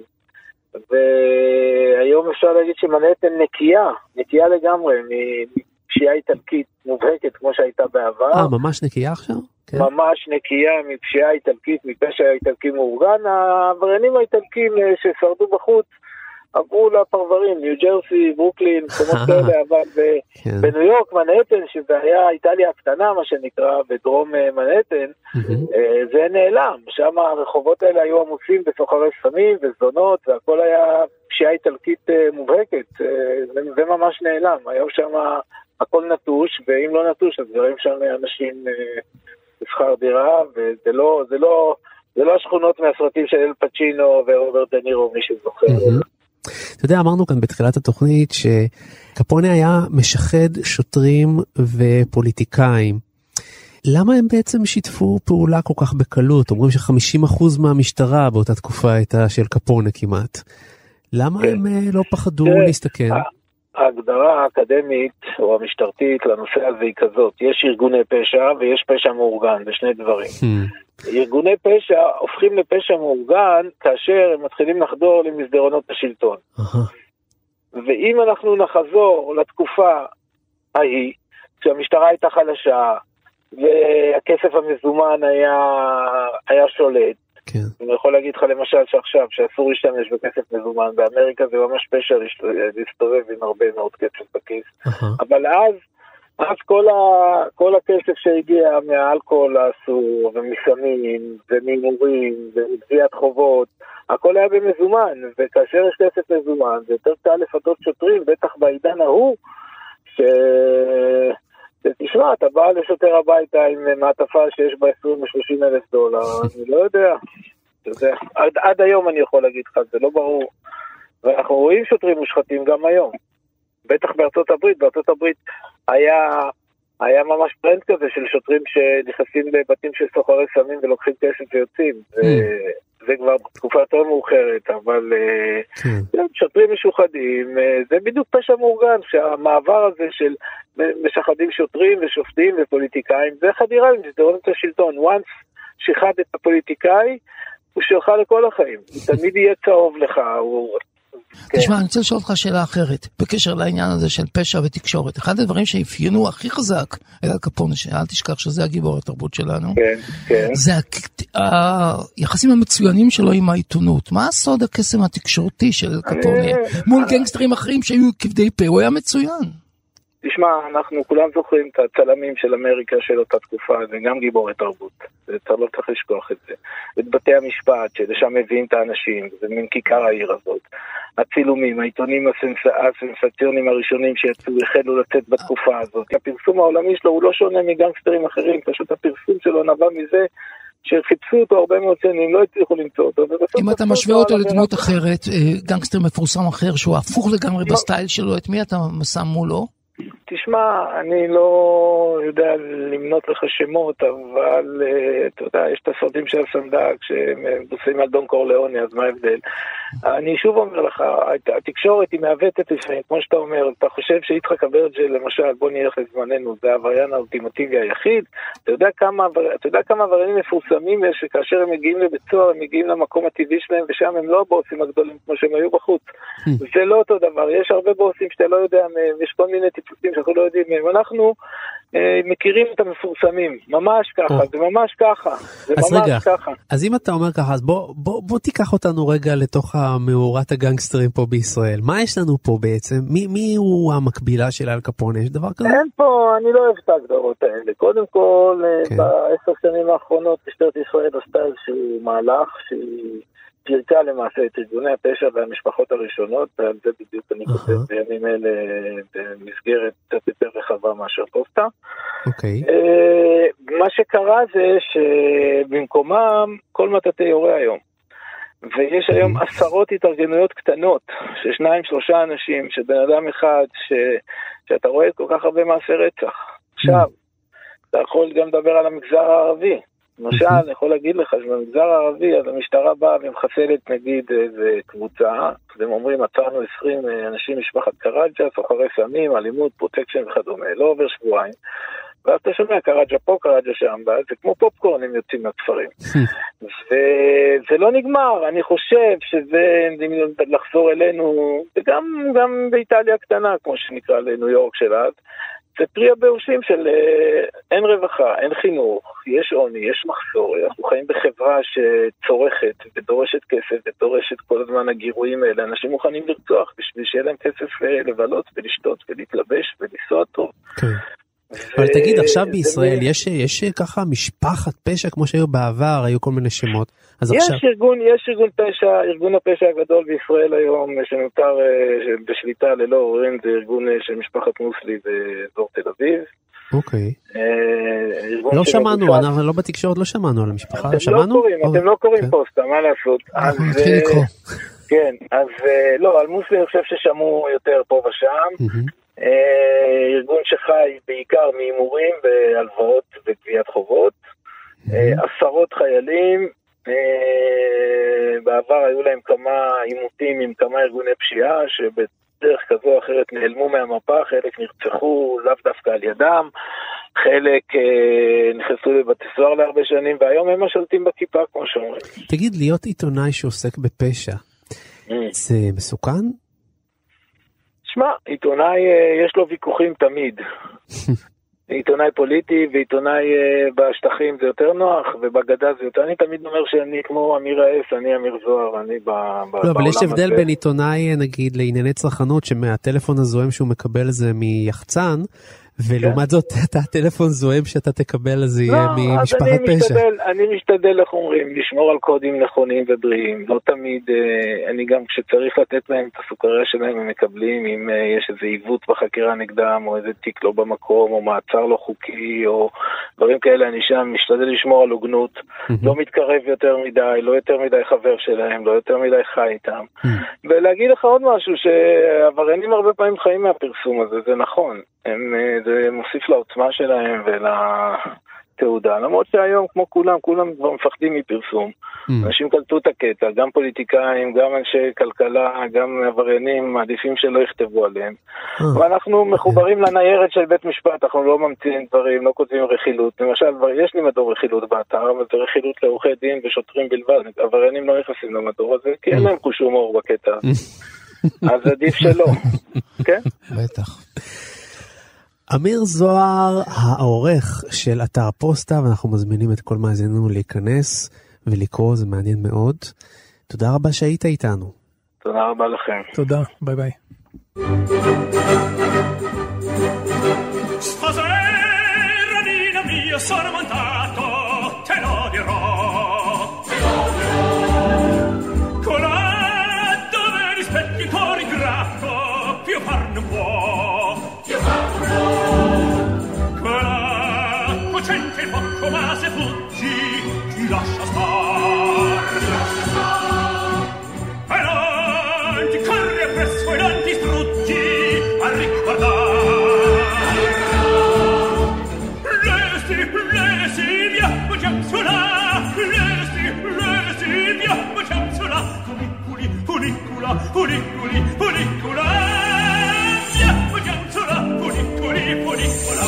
I: והיום אפשר להגיד שמנהטן נקייה, נקייה לגמרי מפשיעה איטלקית מובהקת כמו שהייתה בעבר.
E: אה, ממש נקייה עכשיו?
I: כן. ממש נקייה מפשיעה איטלקית, מפשע איטלקי מאורגן. העבריינים האיטלקים ששרדו בחוץ עברו לפרברים, ניו ג'רסי, ברוקלין, מקומות כאלה, אבל כן. בניו יורק, מנהטן, שזה היה איטליה הקטנה, מה שנקרא, בדרום מנהטן, זה נעלם. שם הרחובות האלה היו עמוסים בסוחרי סמים וזונות, והכל היה פשיעה איטלקית מובהקת. זה, זה ממש נעלם. היום שם הכל נטוש, ואם לא נטוש, אז גרים שם אנשים בשכר דירה, וזה לא, זה לא, זה לא השכונות מהסרטים של אל פצ'ינו ורוברט דה נירו, מי שזוכר.
E: אתה יודע, אמרנו כאן בתחילת התוכנית שקפונה היה משחד שוטרים ופוליטיקאים. למה הם בעצם שיתפו פעולה כל כך בקלות? אומרים ש-חמישים אחוז מהמשטרה באותה תקופה הייתה של קפונה כמעט. למה כן. הם לא פחדו כן. להסתכן?
I: ההגדרה האקדמית או המשטרתית לנושא הזה היא כזאת. יש ארגוני פשע ויש פשע מאורגן, בשני דברים. ארגוני פשע הופכים לפשע מאורגן כאשר הם מתחילים לחדור למסדרונות השלטון. ואם אנחנו נחזור לתקופה ההיא, כשהמשטרה הייתה חלשה, והכסף המזומן היה, היה שולט,
E: כן.
I: אני יכול להגיד לך למשל שעכשיו, שאסור להשתמש בכסף מזומן, באמריקה זה ממש פשע להסתובב עם הרבה מאוד כסף בכיס. אבל אז, אז כל, ה, כל הכסף שהגיע מהאלכוהול האסור, ומסמים, ומהימורים, ומגביית חובות, הכל היה במזומן, וכאשר יש כסף מזומן, זה יותר קל לפתות שוטרים, בטח בעידן ההוא, ש... תשמע, אתה בא לשוטר הביתה עם מעטפה שיש בה עשרים ושלושים אלף דולר, אני לא יודע. אתה יודע, עד, עד היום אני יכול להגיד לך, זה לא ברור. ואנחנו רואים שוטרים מושחתים גם היום. בטח בארצות הברית, בארצות הברית היה, היה ממש טרנד כזה של שוטרים שנכנסים לבתים של סוחרי סמים ולוקחים כסף ויוצאים. Mm. זה כבר תקופה יותר מאוחרת, אבל mm. שוטרים משוחדים, זה בדיוק פשע מאורגן, שהמעבר הזה של משחדים שוטרים ושופטים ופוליטיקאים, זה חדירה למסדרונות השלטון. once שיחד את הפוליטיקאי, הוא שלך לכל החיים. הוא תמיד יהיה צהוב לך, הוא...
F: תשמע, אני רוצה לשאול אותך שאלה אחרת, בקשר לעניין הזה של פשע ותקשורת. אחד הדברים שאפיינו הכי חזק את אל קפונה, שאל תשכח שזה הגיבור התרבות שלנו,
I: כן, כן.
F: זה היחסים המצוינים שלו עם העיתונות. מה הסוד הקסם התקשורתי של אל קפונה? מול גנגסטרים אחרים שהיו כבדי פה, הוא היה מצוין.
I: תשמע, אנחנו כולם זוכרים את הצלמים של אמריקה של אותה תקופה, זה גם גיבורי תרבות, אתה לא צריך לשכוח את זה. את בתי המשפט, שלשם מביאים את האנשים, זה מין כיכר העיר הזאת. הצילומים, העיתונים הסנסציוניים הראשונים שיצאו, החלו לצאת בתקופה הזאת. הפרסום העולמי שלו הוא לא שונה מגנגסטרים אחרים, פשוט הפרסום שלו נבע מזה שחיפשו אותו הרבה מאוד שנים, לא הצליחו למצוא אותו.
F: אם אתה משווה אותו לדמות אחרת, גנגסטר מפורסם אחר, שהוא הפוך לגמרי בסטייל שלו, את מי אתה שם מולו?
I: תשמע, אני לא יודע למנות לך שמות, אבל אתה יודע, יש את הסרטים של הסנדק שמבוססים על דון קורליאונה, אז מה ההבדל? אני שוב אומר לך, התקשורת היא מעוותת לפעמים, כמו שאתה אומר, אתה חושב שיצחק אברג'ל, למשל, בוא נלך לזמננו, זה העבריין האולטימטיבי היחיד, אתה יודע כמה, אתה יודע כמה עבריינים מפורסמים יש, שכאשר הם מגיעים לבית סוהר, הם מגיעים למקום הטבעי שלהם, ושם הם לא הבוסים הגדולים כמו שהם היו בחוץ. זה לא אותו דבר, יש הרבה בוסים שאתה לא יודע, יש כל מיני טיפוסים שאנחנו לא יודעים מהם. אנחנו אה, מכירים את המפורסמים, ממש ככה, oh. זה ממש ככה, זה
E: אז
I: ממש
E: רגע,
I: ככה.
E: אז אם אתה אומר ככה, אז בוא, בוא, בוא תיקח אותנו רגע לתוך המאורת הגנגסטרים פה בישראל. מה יש לנו פה בעצם? מי, מי הוא המקבילה של אל קפונה? יש דבר כזה?
I: אין פה, אני לא אוהב את ההגדרות האלה. קודם כל, כן. בעשר שנים האחרונות, משטרת ישראל עשתה איזשהו מהלך שהיא פירקה למעשה את ארגוני הפשע והמשפחות הראשונות, ועל זה בדיוק אני כותב uh-huh. בימים אלה במסגרת קצת יותר רחבה מאשר פוסטה.
E: אוקיי. Okay.
I: מה שקרה זה שבמקומם כל מטאטי יורה היום. ויש היום mm-hmm. עשרות התארגנויות קטנות, ששניים, שלושה אנשים, שבן אדם אחד, ש... שאתה רואה כל כך הרבה מעשי רצח. עכשיו, mm-hmm. אתה יכול גם לדבר על המגזר הערבי. למשל, אני יכול להגיד לך שבמגזר הערבי, אז המשטרה באה ומחסלת נגיד איזה קבוצה, אז הם אומרים, עצרנו עשרים אנשים משפחת קראג'ה, סוחרי סמים, אלימות, פרוטקשן וכדומה, לא עובר שבועיים, ואז אתה שומע קראג'ה פה, קראג'ה שם, זה כמו פופקורן, הם יוצאים מהכפרים. וזה לא נגמר, אני חושב שזה לחזור אלינו, וגם גם באיטליה הקטנה, כמו שנקרא לניו יורק של אז, זה פרי הבאושים של אין רווחה, אין חינוך, יש עוני, יש מחסור, אנחנו חיים בחברה שצורכת ודורשת כסף ודורשת כל הזמן הגירויים האלה, אנשים מוכנים לרצוח בשביל שיהיה להם כסף לבלות ולשתות ולהתלבש ולנסוע טוב.
E: אבל תגיד, עכשיו בישראל יש ככה משפחת פשע כמו שהיו בעבר, היו כל מיני שמות.
I: יש ארגון, יש ארגון פשע, ארגון הפשע הגדול בישראל היום שנותר בשליטה ללא עוררין, זה ארגון של משפחת מוסלי באזור תל אביב.
E: אוקיי. לא שמענו, אנחנו לא בתקשורת לא שמענו על המשפחה, שמענו?
I: אתם לא קוראים פוסטה, מה לעשות?
F: אנחנו נתחיל לקרוא.
I: כן, אז לא, על מוסלי אני חושב ששמעו יותר פה ושם. ארגון שחי בעיקר מאימורים והלוואות וגביית חובות, עשרות חיילים, בעבר היו להם כמה עימותים עם כמה ארגוני פשיעה שבדרך כזו או אחרת נעלמו מהמפה, חלק נרצחו לאו דווקא על ידם, חלק נכנסו לבתי סוהר להרבה שנים, והיום הם השולטים בכיפה כמו שאומרים.
E: תגיד, להיות עיתונאי שעוסק בפשע, זה מסוכן?
I: שמע, עיתונאי יש לו ויכוחים תמיד. עיתונאי פוליטי ועיתונאי uh, בשטחים זה יותר נוח, ובגדה זה יותר, אני תמיד אומר שאני כמו אמיר האס, אני אמיר זוהר, אני ב, ב,
E: לא, אבל יש הבדל
I: הזה.
E: בין עיתונאי, נגיד, לענייני צרכנות, שמהטלפון הזוהם שהוא מקבל זה מיחצן, ולעומת זאת, אתה הטלפון זוהם שאתה תקבל, אז יהיה ממשפחת פשע.
I: אני משתדל, איך אומרים, לשמור על קודים נכונים ובריאים. לא תמיד, אני גם כשצריך לתת להם את הסוכריה שלהם, הם מקבלים, אם יש איזה עיוות בחקירה נגדם, או איזה תיק לא במקום, או מעצר לא חוקי, או דברים כאלה, אני שם משתדל לשמור על הוגנות. לא מתקרב יותר מדי, לא יותר מדי חבר שלהם, לא יותר מדי חי איתם. ולהגיד לך עוד משהו, שעבריינים הרבה פעמים חיים מהפרסום הזה, זה נכון. הם, זה מוסיף לעוצמה שלהם ולתעודה, למרות שהיום כמו כולם, כולם כבר מפחדים מפרסום. Mm. אנשים קלטו את הקטע, גם פוליטיקאים, גם אנשי כלכלה, גם עבריינים, מעדיפים שלא יכתבו עליהם. Mm. ואנחנו מחוברים לניירת של בית משפט, אנחנו לא ממציאים דברים, לא כותבים רכילות. למשל, יש לי מדור רכילות באתר, אבל זה רכילות לעורכי דין ושוטרים בלבד. עבריינים לא נכנסים למדור הזה, כי אין להם חוש הומור בקטע. אז עדיף שלא. כן?
F: בטח.
E: אמיר זוהר, העורך של אתר פוסטה, ואנחנו מזמינים את כל מאזיננו להיכנס ולקרוא, זה מעניין מאוד. תודה רבה שהיית איתנו.
I: תודה רבה לכם.
G: תודה, ביי ביי.
J: Stasera Nina mia sono montato, te lo dirò, te lo dirò. Colà dove rispetti il cuore gratto, più far non può. C'entra il poco ma se fuggi ti lascia star, ti lascia star. E non ti corri appresso e non ti struggi a ricordare, a ricordare. Lesti, lesti via, facciamo sola, lesti, lesti via, facciamo sola. Funiculi, funicula, funiculi, funicula, via, facciamo sola, funiculi, funicula.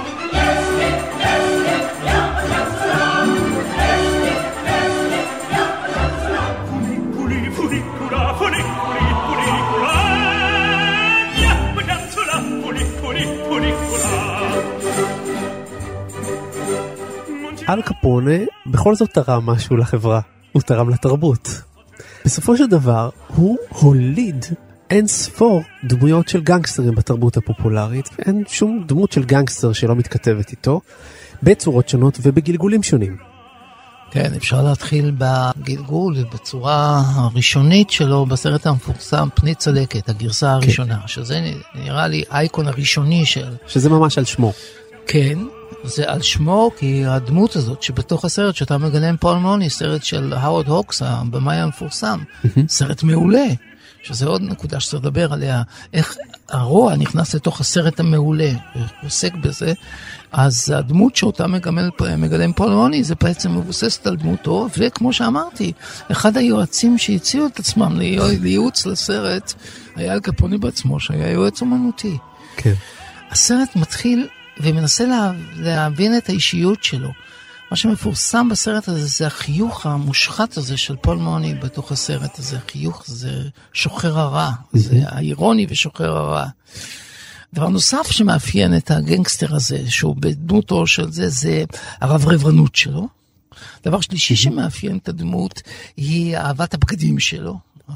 E: אל קפונה בכל זאת תרם משהו לחברה, הוא תרם לתרבות. בסופו של דבר הוא הוליד אין ספור דמויות של גנגסטרים בתרבות הפופולרית, ואין שום דמות של גנגסטר שלא מתכתבת איתו, בצורות שונות ובגלגולים שונים.
F: כן, אפשר להתחיל בגלגול, בצורה הראשונית שלו, בסרט המפורסם פני צלקת, הגרסה הראשונה, כן. שזה נראה לי אייקון הראשוני של...
E: שזה ממש על שמו.
F: כן, זה על שמו, כי הדמות הזאת שבתוך הסרט שאתה מגלם פול מוני, סרט של האוורד הוקס, הבמאי המפורסם, סרט מעולה, שזה עוד נקודה שצריך לדבר עליה, איך הרוע נכנס לתוך הסרט המעולה, ועוסק בזה, אז הדמות שאותה מגמל, מגלם פול מוני, זה בעצם מבוססת על דמותו, וכמו שאמרתי, אחד היועצים שהציעו את עצמם לייעוץ לסרט, היה אל קפונה בעצמו, שהיה יועץ אומנותי.
E: כן.
F: הסרט מתחיל ומנסה לה, להבין את האישיות שלו. מה שמפורסם בסרט הזה זה החיוך המושחת הזה של פול מוני בתוך הסרט הזה. החיוך זה שוחר הרע, זה האירוני ושוחר הרע. דבר נוסף שמאפיין את הגנגסטר הזה, שהוא בדמותו של זה, זה הרברבנות שלו. דבר שלישי שמאפיין את הדמות היא אהבת הבגדים שלו,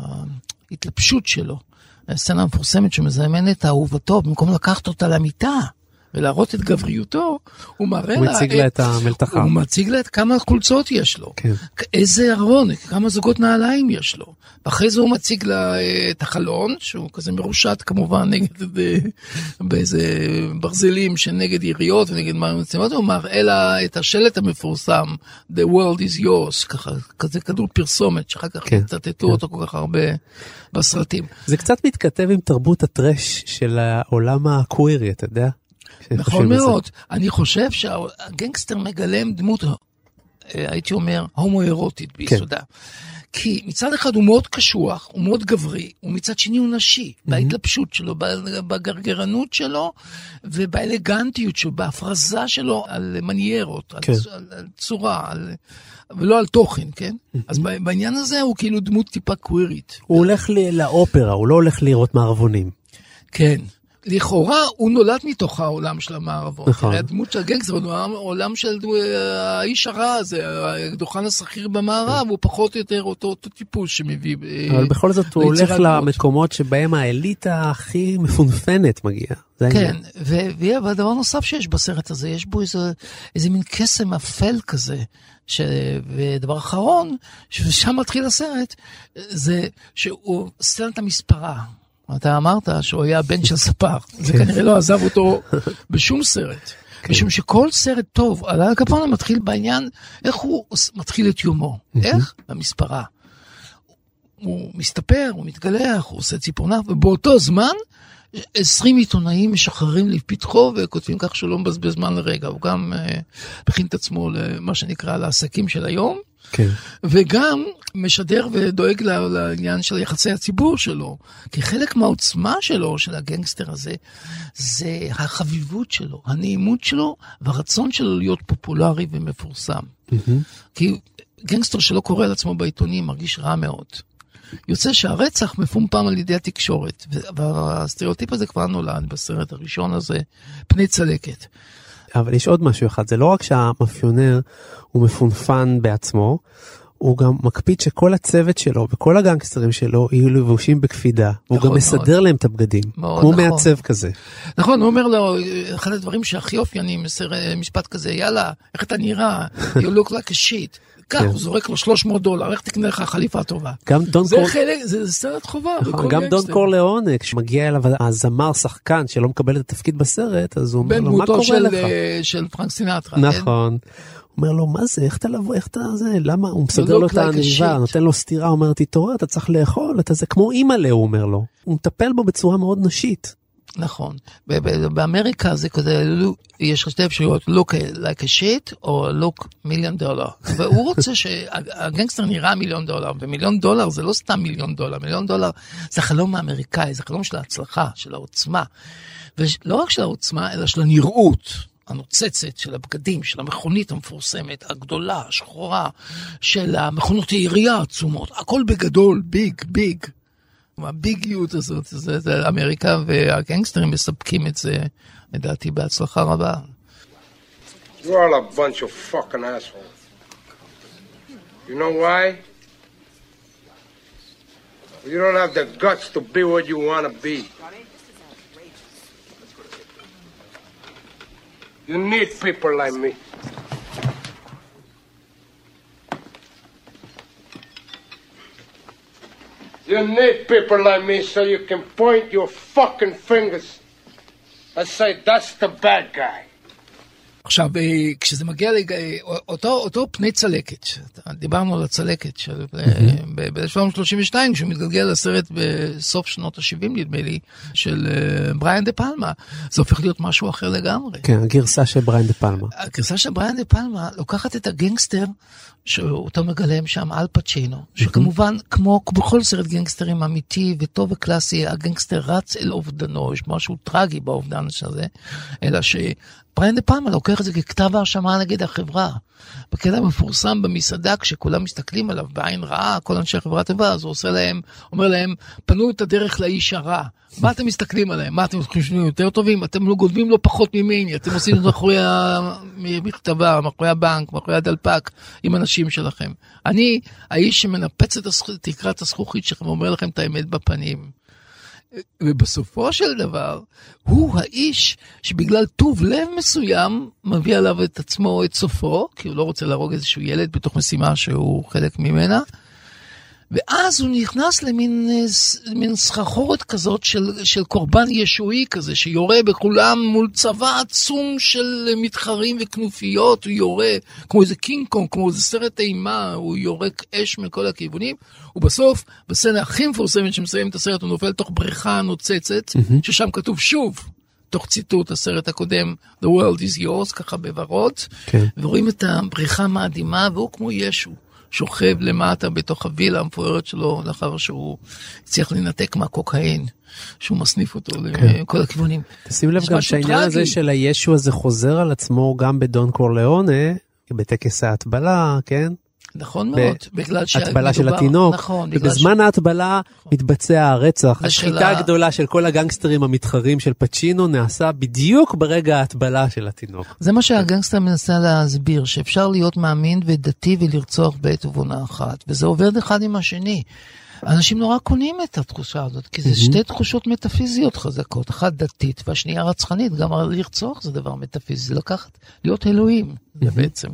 F: ההתלבשות שלו. הסצנה המפורסמת שמזמנת את אהובתו, במקום לקחת אותה למיטה, ולהראות את גבריותו, הוא מראה
E: לה... הוא מציג לה את המלתחה.
F: הוא מציג לה את כמה חולצות יש לו.
E: כן.
F: איזה ארון, כמה זוגות נעליים יש לו. ואחרי זה הוא מציג לה את החלון, שהוא כזה מרושת כמובן נגד באיזה ברזלים שנגד יריות ונגד מה מצלמות, הוא מראה לה את השלט המפורסם, The world is yours, ככה, כזה כדור פרסומת, שאחר כך
E: כן.
F: תתתו
E: כן.
F: אותו כל כך הרבה בסרטים.
E: זה קצת מתכתב עם תרבות הטרש של העולם הקווירי, אתה יודע?
F: נכון מאוד. אני חושב שהגנגסטר מגלם דמות, הייתי אומר, הומו-אירוטית ביסודה. כי מצד אחד הוא מאוד קשוח, הוא מאוד גברי, ומצד שני הוא נשי, בהתלבשות שלו, בגרגרנות שלו, ובאלגנטיות שלו, בהפרזה שלו על מניירות, על צורה, ולא על תוכן, כן? אז בעניין הזה הוא כאילו דמות טיפה קווירית.
E: הוא הולך לאופרה, הוא לא הולך לראות מערבונים.
F: כן. לכאורה הוא נולד מתוך העולם של המערבות. נכון. הדמות של הגנגסטר הוא העולם של האיש הרע הזה, הדוכן השכיר במערב, הוא פחות או יותר אותו, אותו טיפוס שמביא.
E: אבל בכל זאת הוא הולך למקומות שבהם האליטה הכי מפונפנת מגיעה.
F: כן, והדבר נוסף שיש בסרט הזה, יש בו איזה, איזה מין קסם אפל כזה, ש... ודבר אחרון, ששם מתחיל הסרט, זה שהוא סצנת המספרה. אתה אמרת שהוא היה בן של ספר, זה כנראה לא עזב אותו בשום סרט. משום שכל סרט טוב, על אל קפונה מתחיל בעניין, איך הוא מתחיל את יומו, איך? במספרה. הוא מסתפר, הוא מתגלח, הוא עושה ציפורניו, ובאותו זמן, עשרים עיתונאים משחררים לפתחו, וכותבים כך שהוא לא מבזבז זמן לרגע, הוא גם מכין את עצמו למה שנקרא לעסקים של היום, כן. וגם משדר ודואג לעניין של יחסי הציבור שלו, כי חלק מהעוצמה שלו, של הגנגסטר הזה, זה החביבות שלו, הנעימות שלו, והרצון שלו להיות פופולרי ומפורסם. Mm-hmm. כי גנגסטר שלא קורא על עצמו בעיתונים, מרגיש רע מאוד. יוצא שהרצח מפומפם על ידי התקשורת, והסטריאוטיפ הזה כבר נולד בסרט הראשון הזה, פני צלקת.
E: אבל יש עוד משהו אחד, זה לא רק שהמאפיונר הוא מפונפן בעצמו, הוא גם מקפיד שכל הצוות שלו וכל הגנגסטרים שלו יהיו לבושים בקפידה, הוא גם מסדר להם את הבגדים, כמו מעצב כזה.
F: נכון, הוא אומר לו, אחד הדברים שהכי אופיינים, משפט כזה, יאללה, איך אתה נראה, you look like a shit. כך, הוא זורק לו שלוש מאות דולר, איך תקנה לך חליפה טובה. זה חלק, זה סרט חובה.
E: גם דון קורליאונה, כשמגיע אליו הזמר שחקן שלא מקבל את התפקיד בסרט, אז הוא אומר לו, מה קורה לך?
F: בן דמותו של פרנק סינטרה.
E: נכון. הוא אומר לו, מה זה? איך אתה לבוא? איך אתה זה? למה? הוא מסדר לו את העניבה, נותן לו סתירה, הוא אומר, תתעורר, אתה צריך לאכול, אתה זה כמו אימא לה, הוא אומר לו. הוא מטפל בו בצורה מאוד נשית.
F: נכון. באמריקה זה כזה, יש שתי אפשרויות, look like a shit, או look מיליון דולר. והוא רוצה שהגנגסטר נראה מיליון דולר, ומיליון דולר זה לא סתם מיליון דולר, מיליון דולר זה חלום האמריקאי, זה חלום של ההצלחה, של העוצמה. ולא רק של העוצמה, אלא של הנראות. הנוצצת של הבגדים, של המכונית המפורסמת, הגדולה, השחורה, של המכונות העירייה העצומות, הכל בגדול, ביג, ביג. הביגיות הזאת, זה, זה אמריקה, והגנגסטרים מספקים את זה, לדעתי, בהצלחה רבה.
K: You're all a bunch of fucking assholes. You know why? You don't have the guts to be what you want to be. You need people like me. You need people like me so you can point your fucking fingers and say, that's the bad guy.
F: עכשיו, כשזה מגיע לאותו אותו פני צלקת, דיברנו על הצלקת של ב-אלף שבע מאות שלושים ושתיים, שהוא מתגלגל לסרט בסוף שנות ה-שבעים, נדמה לי, של בריאן דה פלמה, זה הופך להיות משהו אחר לגמרי.
E: כן, הגרסה של בריאן דה פלמה.
F: הגרסה של בריאן דה פלמה לוקחת את הגנגסטר, שאותו מגלם שם אל פצ'ינו, שכמובן, כמו בכל סרט גנגסטרים אמיתי וטוב וקלאסי, הגנגסטר רץ אל אובדנו, יש משהו טרגי באובדן הזה, אלא ש... בריאן דה פלמה לוקח את זה ככתב ההאשמה נגד החברה. בקטע מפורסם במסעדה, כשכולם מסתכלים עליו בעין רעה, כל אנשי חברת טבע, אז הוא עושה להם, אומר להם, פנו את הדרך לאיש הרע. מה אתם מסתכלים עליהם? מה אתם חושבים יותר טובים? אתם לא גודבים לו פחות ממני, אתם עושים את מאחורי המכתבה, מאחורי הבנק, מאחורי הדלפק, עם אנשים שלכם. אני, האיש שמנפץ את תקרת הזכוכית שלכם, אומר לכם את האמת בפנים. ובסופו של דבר, הוא האיש שבגלל טוב לב מסוים, מביא עליו את עצמו, את סופו, כי הוא לא רוצה להרוג איזשהו ילד בתוך משימה שהוא חלק ממנה, ואז הוא נכנס למין מין סחרחורת כזאת של, של קורבן ישועי כזה, שיורה בכולם מול צבא עצום של מתחרים וכנופיות, הוא יורה כמו איזה קינג קונג, כמו איזה סרט אימה, הוא יורק אש מכל הכיוונים, ובסוף, בסצנה הכי מפורסמת שמסיים את הסרט, הוא נופל תוך בריכה נוצצת, mm-hmm. ששם כתוב שוב, תוך ציטוט הסרט הקודם, The world is yours, ככה בוורוד, okay. ורואים את הבריכה מאדימה, והוא כמו ישו. שוכב למטה בתוך הווילה המפוארת שלו, לאחר שהוא צריך לנתק מהקוקאין, שהוא מסניף אותו לכל הכיוונים.
E: תשים לב גם שהעניין הזה של הישו הזה חוזר על עצמו גם בדון קורליאונה, בטקס ההטבלה, כן?
F: נכון מאוד, בגלל
E: שההטבלה של התינוק,
F: נכון,
E: ובזמן
F: ש...
E: ההטבלה מתבצע הרצח, השחיטה הגדולה של כל הגנגסטרים המתחרים של פצ'ינו נעשה בדיוק ברגע ההטבלה של התינוק.
F: זה מה שהגנגסטר מנסה להסביר, שאפשר להיות מאמין ודתי ולרצוח בעת ובעונה אחת, וזה עובד אחד עם השני. אנשים נורא קונים את התחושה הזאת, כי זה שתי תחושות מטאפיזיות חזקות, אחת דתית והשנייה רצחנית, גם לרצוח זה דבר מטאפיזי, לקחת, להיות אלוהים, זה בעצם.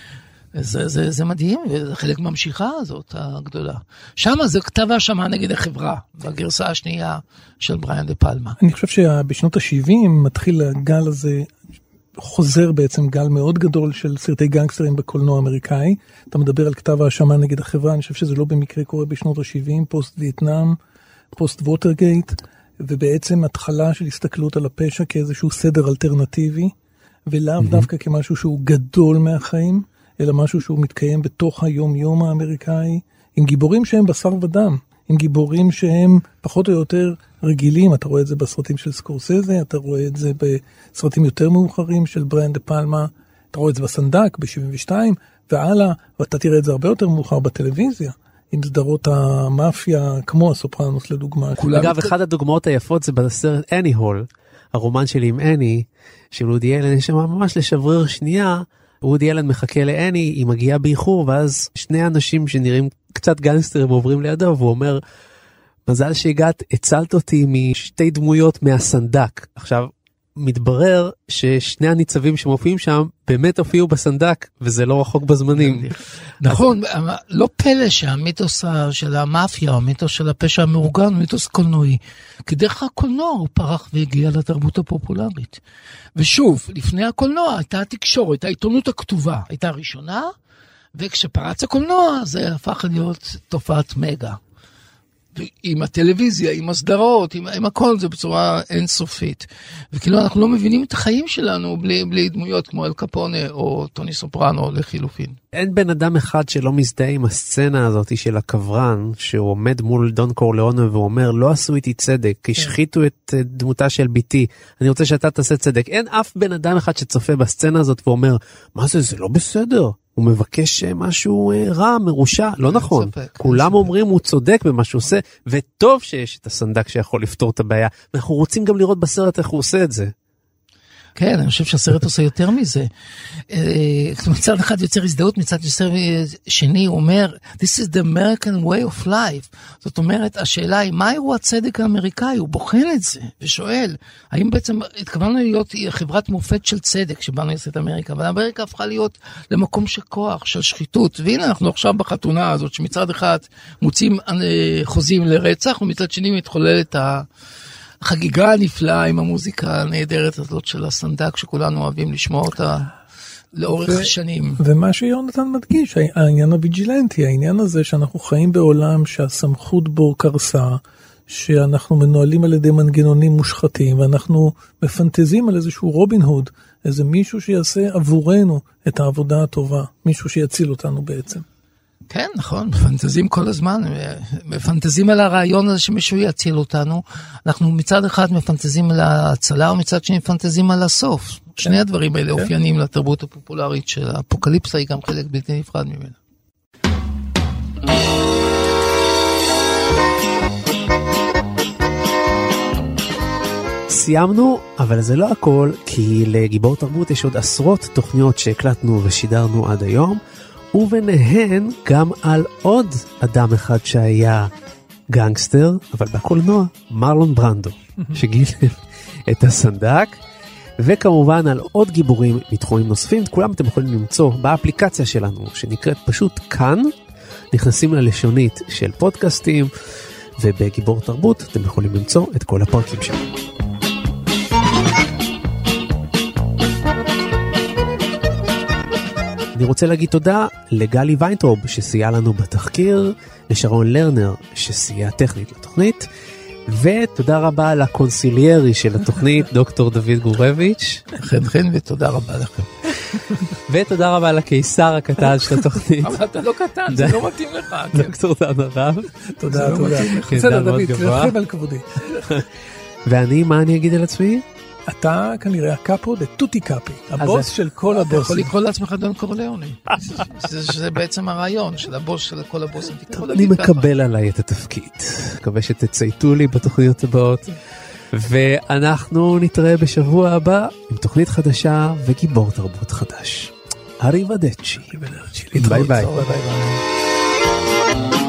F: זה, זה, זה מדהים, וזה חלק מהמשיכה הזאת הגדולה. שם זה כתב האשמה נגד החברה, בגרסה השנייה של בריאן דה פלמה.
G: אני חושב שבשנות ה-שבעים מתחיל הגל הזה, חוזר בעצם גל מאוד גדול של סרטי גנגסטרים בקולנוע האמריקאי. אתה מדבר על כתב האשמה נגד החברה, אני חושב שזה לא במקרה קורה בשנות ה-שבעים, פוסט וייטנאם, פוסט ווטרגייט, ובעצם התחלה של הסתכלות על הפשע כאיזשהו סדר אלטרנטיבי, ולאו mm-hmm. דווקא כמשהו שהוא גדול מהחיים, אלא משהו שהוא מתקיים בתוך היום-יום האמריקאי, עם גיבורים שהם בשר ודם, עם גיבורים שהם פחות או יותר רגילים. אתה רואה את זה בסרטים של סקורסזה, אתה רואה את זה בסרטים יותר מאוחרים של בריאן דה פלמה, אתה רואה את זה בסנדק ב-שבעים ושתיים, והלאה, ואתה תראה את זה הרבה יותר מאוחר בטלוויזיה, עם סדרות המאפיה, כמו הסופרנוס לדוגמה.
E: אגב, אחת הדוגמאות היפות זה בסרט אני הול, הרומן שלי עם אני, של וודי אלן, יש שם ממש לשברר שנייה, וודי אלן מחכה לאני, היא מגיעה באיחור, ואז שני אנשים שנראים קצת גנגסטרים עוברים לידו, והוא אומר, מזל שהגעת, הצלת אותי משתי דמויות מהסנדק. עכשיו, מתברר ששני הניצבים שמופיעים שם, באמת הופיעו בסנדק, וזה לא רחוק בזמנים.
F: נכון, לא פלא שהמיתוס של המאפיה, המיתוס של הפשע המאורגן, מיתוס קולנועי, כי דרך הקולנוע הוא פרח והגיע לתרבות הפופולרית. ושוב, לפני הקולנוע הייתה התקשורת, העיתונות הכתובה הייתה הראשונה, וכשפרץ הקולנוע זה הפך להיות תופעת מגה. עם הטלוויזיה, עם הסדרות, עם, עם הכל, זה בצורה אינסופית. וכאילו אנחנו לא מבינים את החיים שלנו בלי, בלי דמויות כמו אל קפונה או טוני סופרנו לחילופין.
E: אין בן אדם אחד שלא מזדהה עם הסצנה הזאת של הקברן, שהוא עומד מול דון קורליאונה והוא אומר, לא עשו איתי צדק, השחיתו את דמותה של ביתי, אני רוצה שאתה תעשה צדק. אין אף בן אדם אחד שצופה בסצנה הזאת ואומר, מה זה, זה לא בסדר. הוא מבקש משהו רע, מרושע, לא נכון. כולם אומרים הוא צודק במה שהוא עושה, וטוב שיש את הסנדק שיכול לפתור את הבעיה. ואנחנו רוצים גם לראות בסרט איך הוא עושה את זה.
F: כן, אני חושב שהסרט עושה יותר מזה. מצד אחד יוצר הזדהות, מצד שני הוא אומר, This is the American way of life. זאת אומרת, השאלה היא, מה הוא הצדק האמריקאי? הוא בוחן את זה, ושואל, האם בעצם התכוונו להיות חברת מופת של צדק, שבאנו לסרט אמריקה, אבל אמריקה הפכה להיות למקום של כוח, של שחיתות, והנה אנחנו עכשיו בחתונה הזאת, שמצד אחד מוצאים חוזים לרצח, ומצד שני מתחוללת ה... החגיגה הנפלאה עם המוזיקה הנהדרת הזאת של הסנדק, שכולנו אוהבים לשמוע אותה לאורך ו- שנים.
G: ומה שיונתן מדגיש, העניין הוויג'ילנטי, העניין הזה שאנחנו חיים בעולם שהסמכות בו קרסה, שאנחנו מנוהלים על ידי מנגנונים מושחתים, ואנחנו מפנטזים על איזשהו רובין הוד, איזה מישהו שיעשה עבורנו את העבודה הטובה, מישהו שיציל אותנו בעצם.
F: כן, נכון, מפנטזים כל הזמן, מפנטזים על הרעיון הזה שמישהו יציל אותנו, אנחנו מצד אחד מפנטזים על ההצלה, ומצד שני מפנטזים על הסוף. שני הדברים האלה אופיינים לתרבות הפופולרית של האפוקליפסה, היא גם חלק בלתי נפרד ממנה.
E: סיימנו, אבל זה לא הכל, כי לגיבור תרבות יש עוד עשרות תוכניות שהקלטנו ושידרנו עד היום, וביניהן גם על עוד אדם אחד שהיה גנגסטר, אבל בקולנוע, מרלון ברנדו, שגיל את הסנדק, וכמובן על עוד גיבורים מתחומים נוספים. את כולם אתם יכולים למצוא באפליקציה שלנו, שנקראת פשוט כאן, נכנסים ללשונית של פודקאסטים, ובגיבור תרבות אתם יכולים למצוא את כל הפרקים שלנו. אני רוצה להגיד תודה לגלי ויינטרוב שסייע לנו בתחקיר, לשרון לרנר שסייע טכנית לתוכנית, ותודה רבה לקונסיליירי של התוכנית, דוקטור דוד גורביץ'.
F: חן חן ותודה רבה לכם.
E: ותודה רבה לקיסר הקטן של התוכנית.
F: אבל אתה לא קטן, זה לא מתאים לך.
E: דוקטור דן הרב.
G: תודה, תודה. בסדר דוד, תרחיב על כבודי.
E: ואני, מה אני אגיד על עצמי?
G: אתה כנראה הקאפו דה טוטי קאפי, הבוס של כל הבוסים.
F: אתה יכול לקרוא לעצמך דון קורליאוני. זה בעצם הרעיון של הבוס של כל הבוסים.
E: אני מקבל עליי את התפקיד. מקווה שתצייתו לי בתוכניות הבאות. ואנחנו נתראה בשבוע הבא עם תוכנית חדשה וגיבור תרבות חדש. אריבדצ'י. ביי ביי.
G: ביי ביי.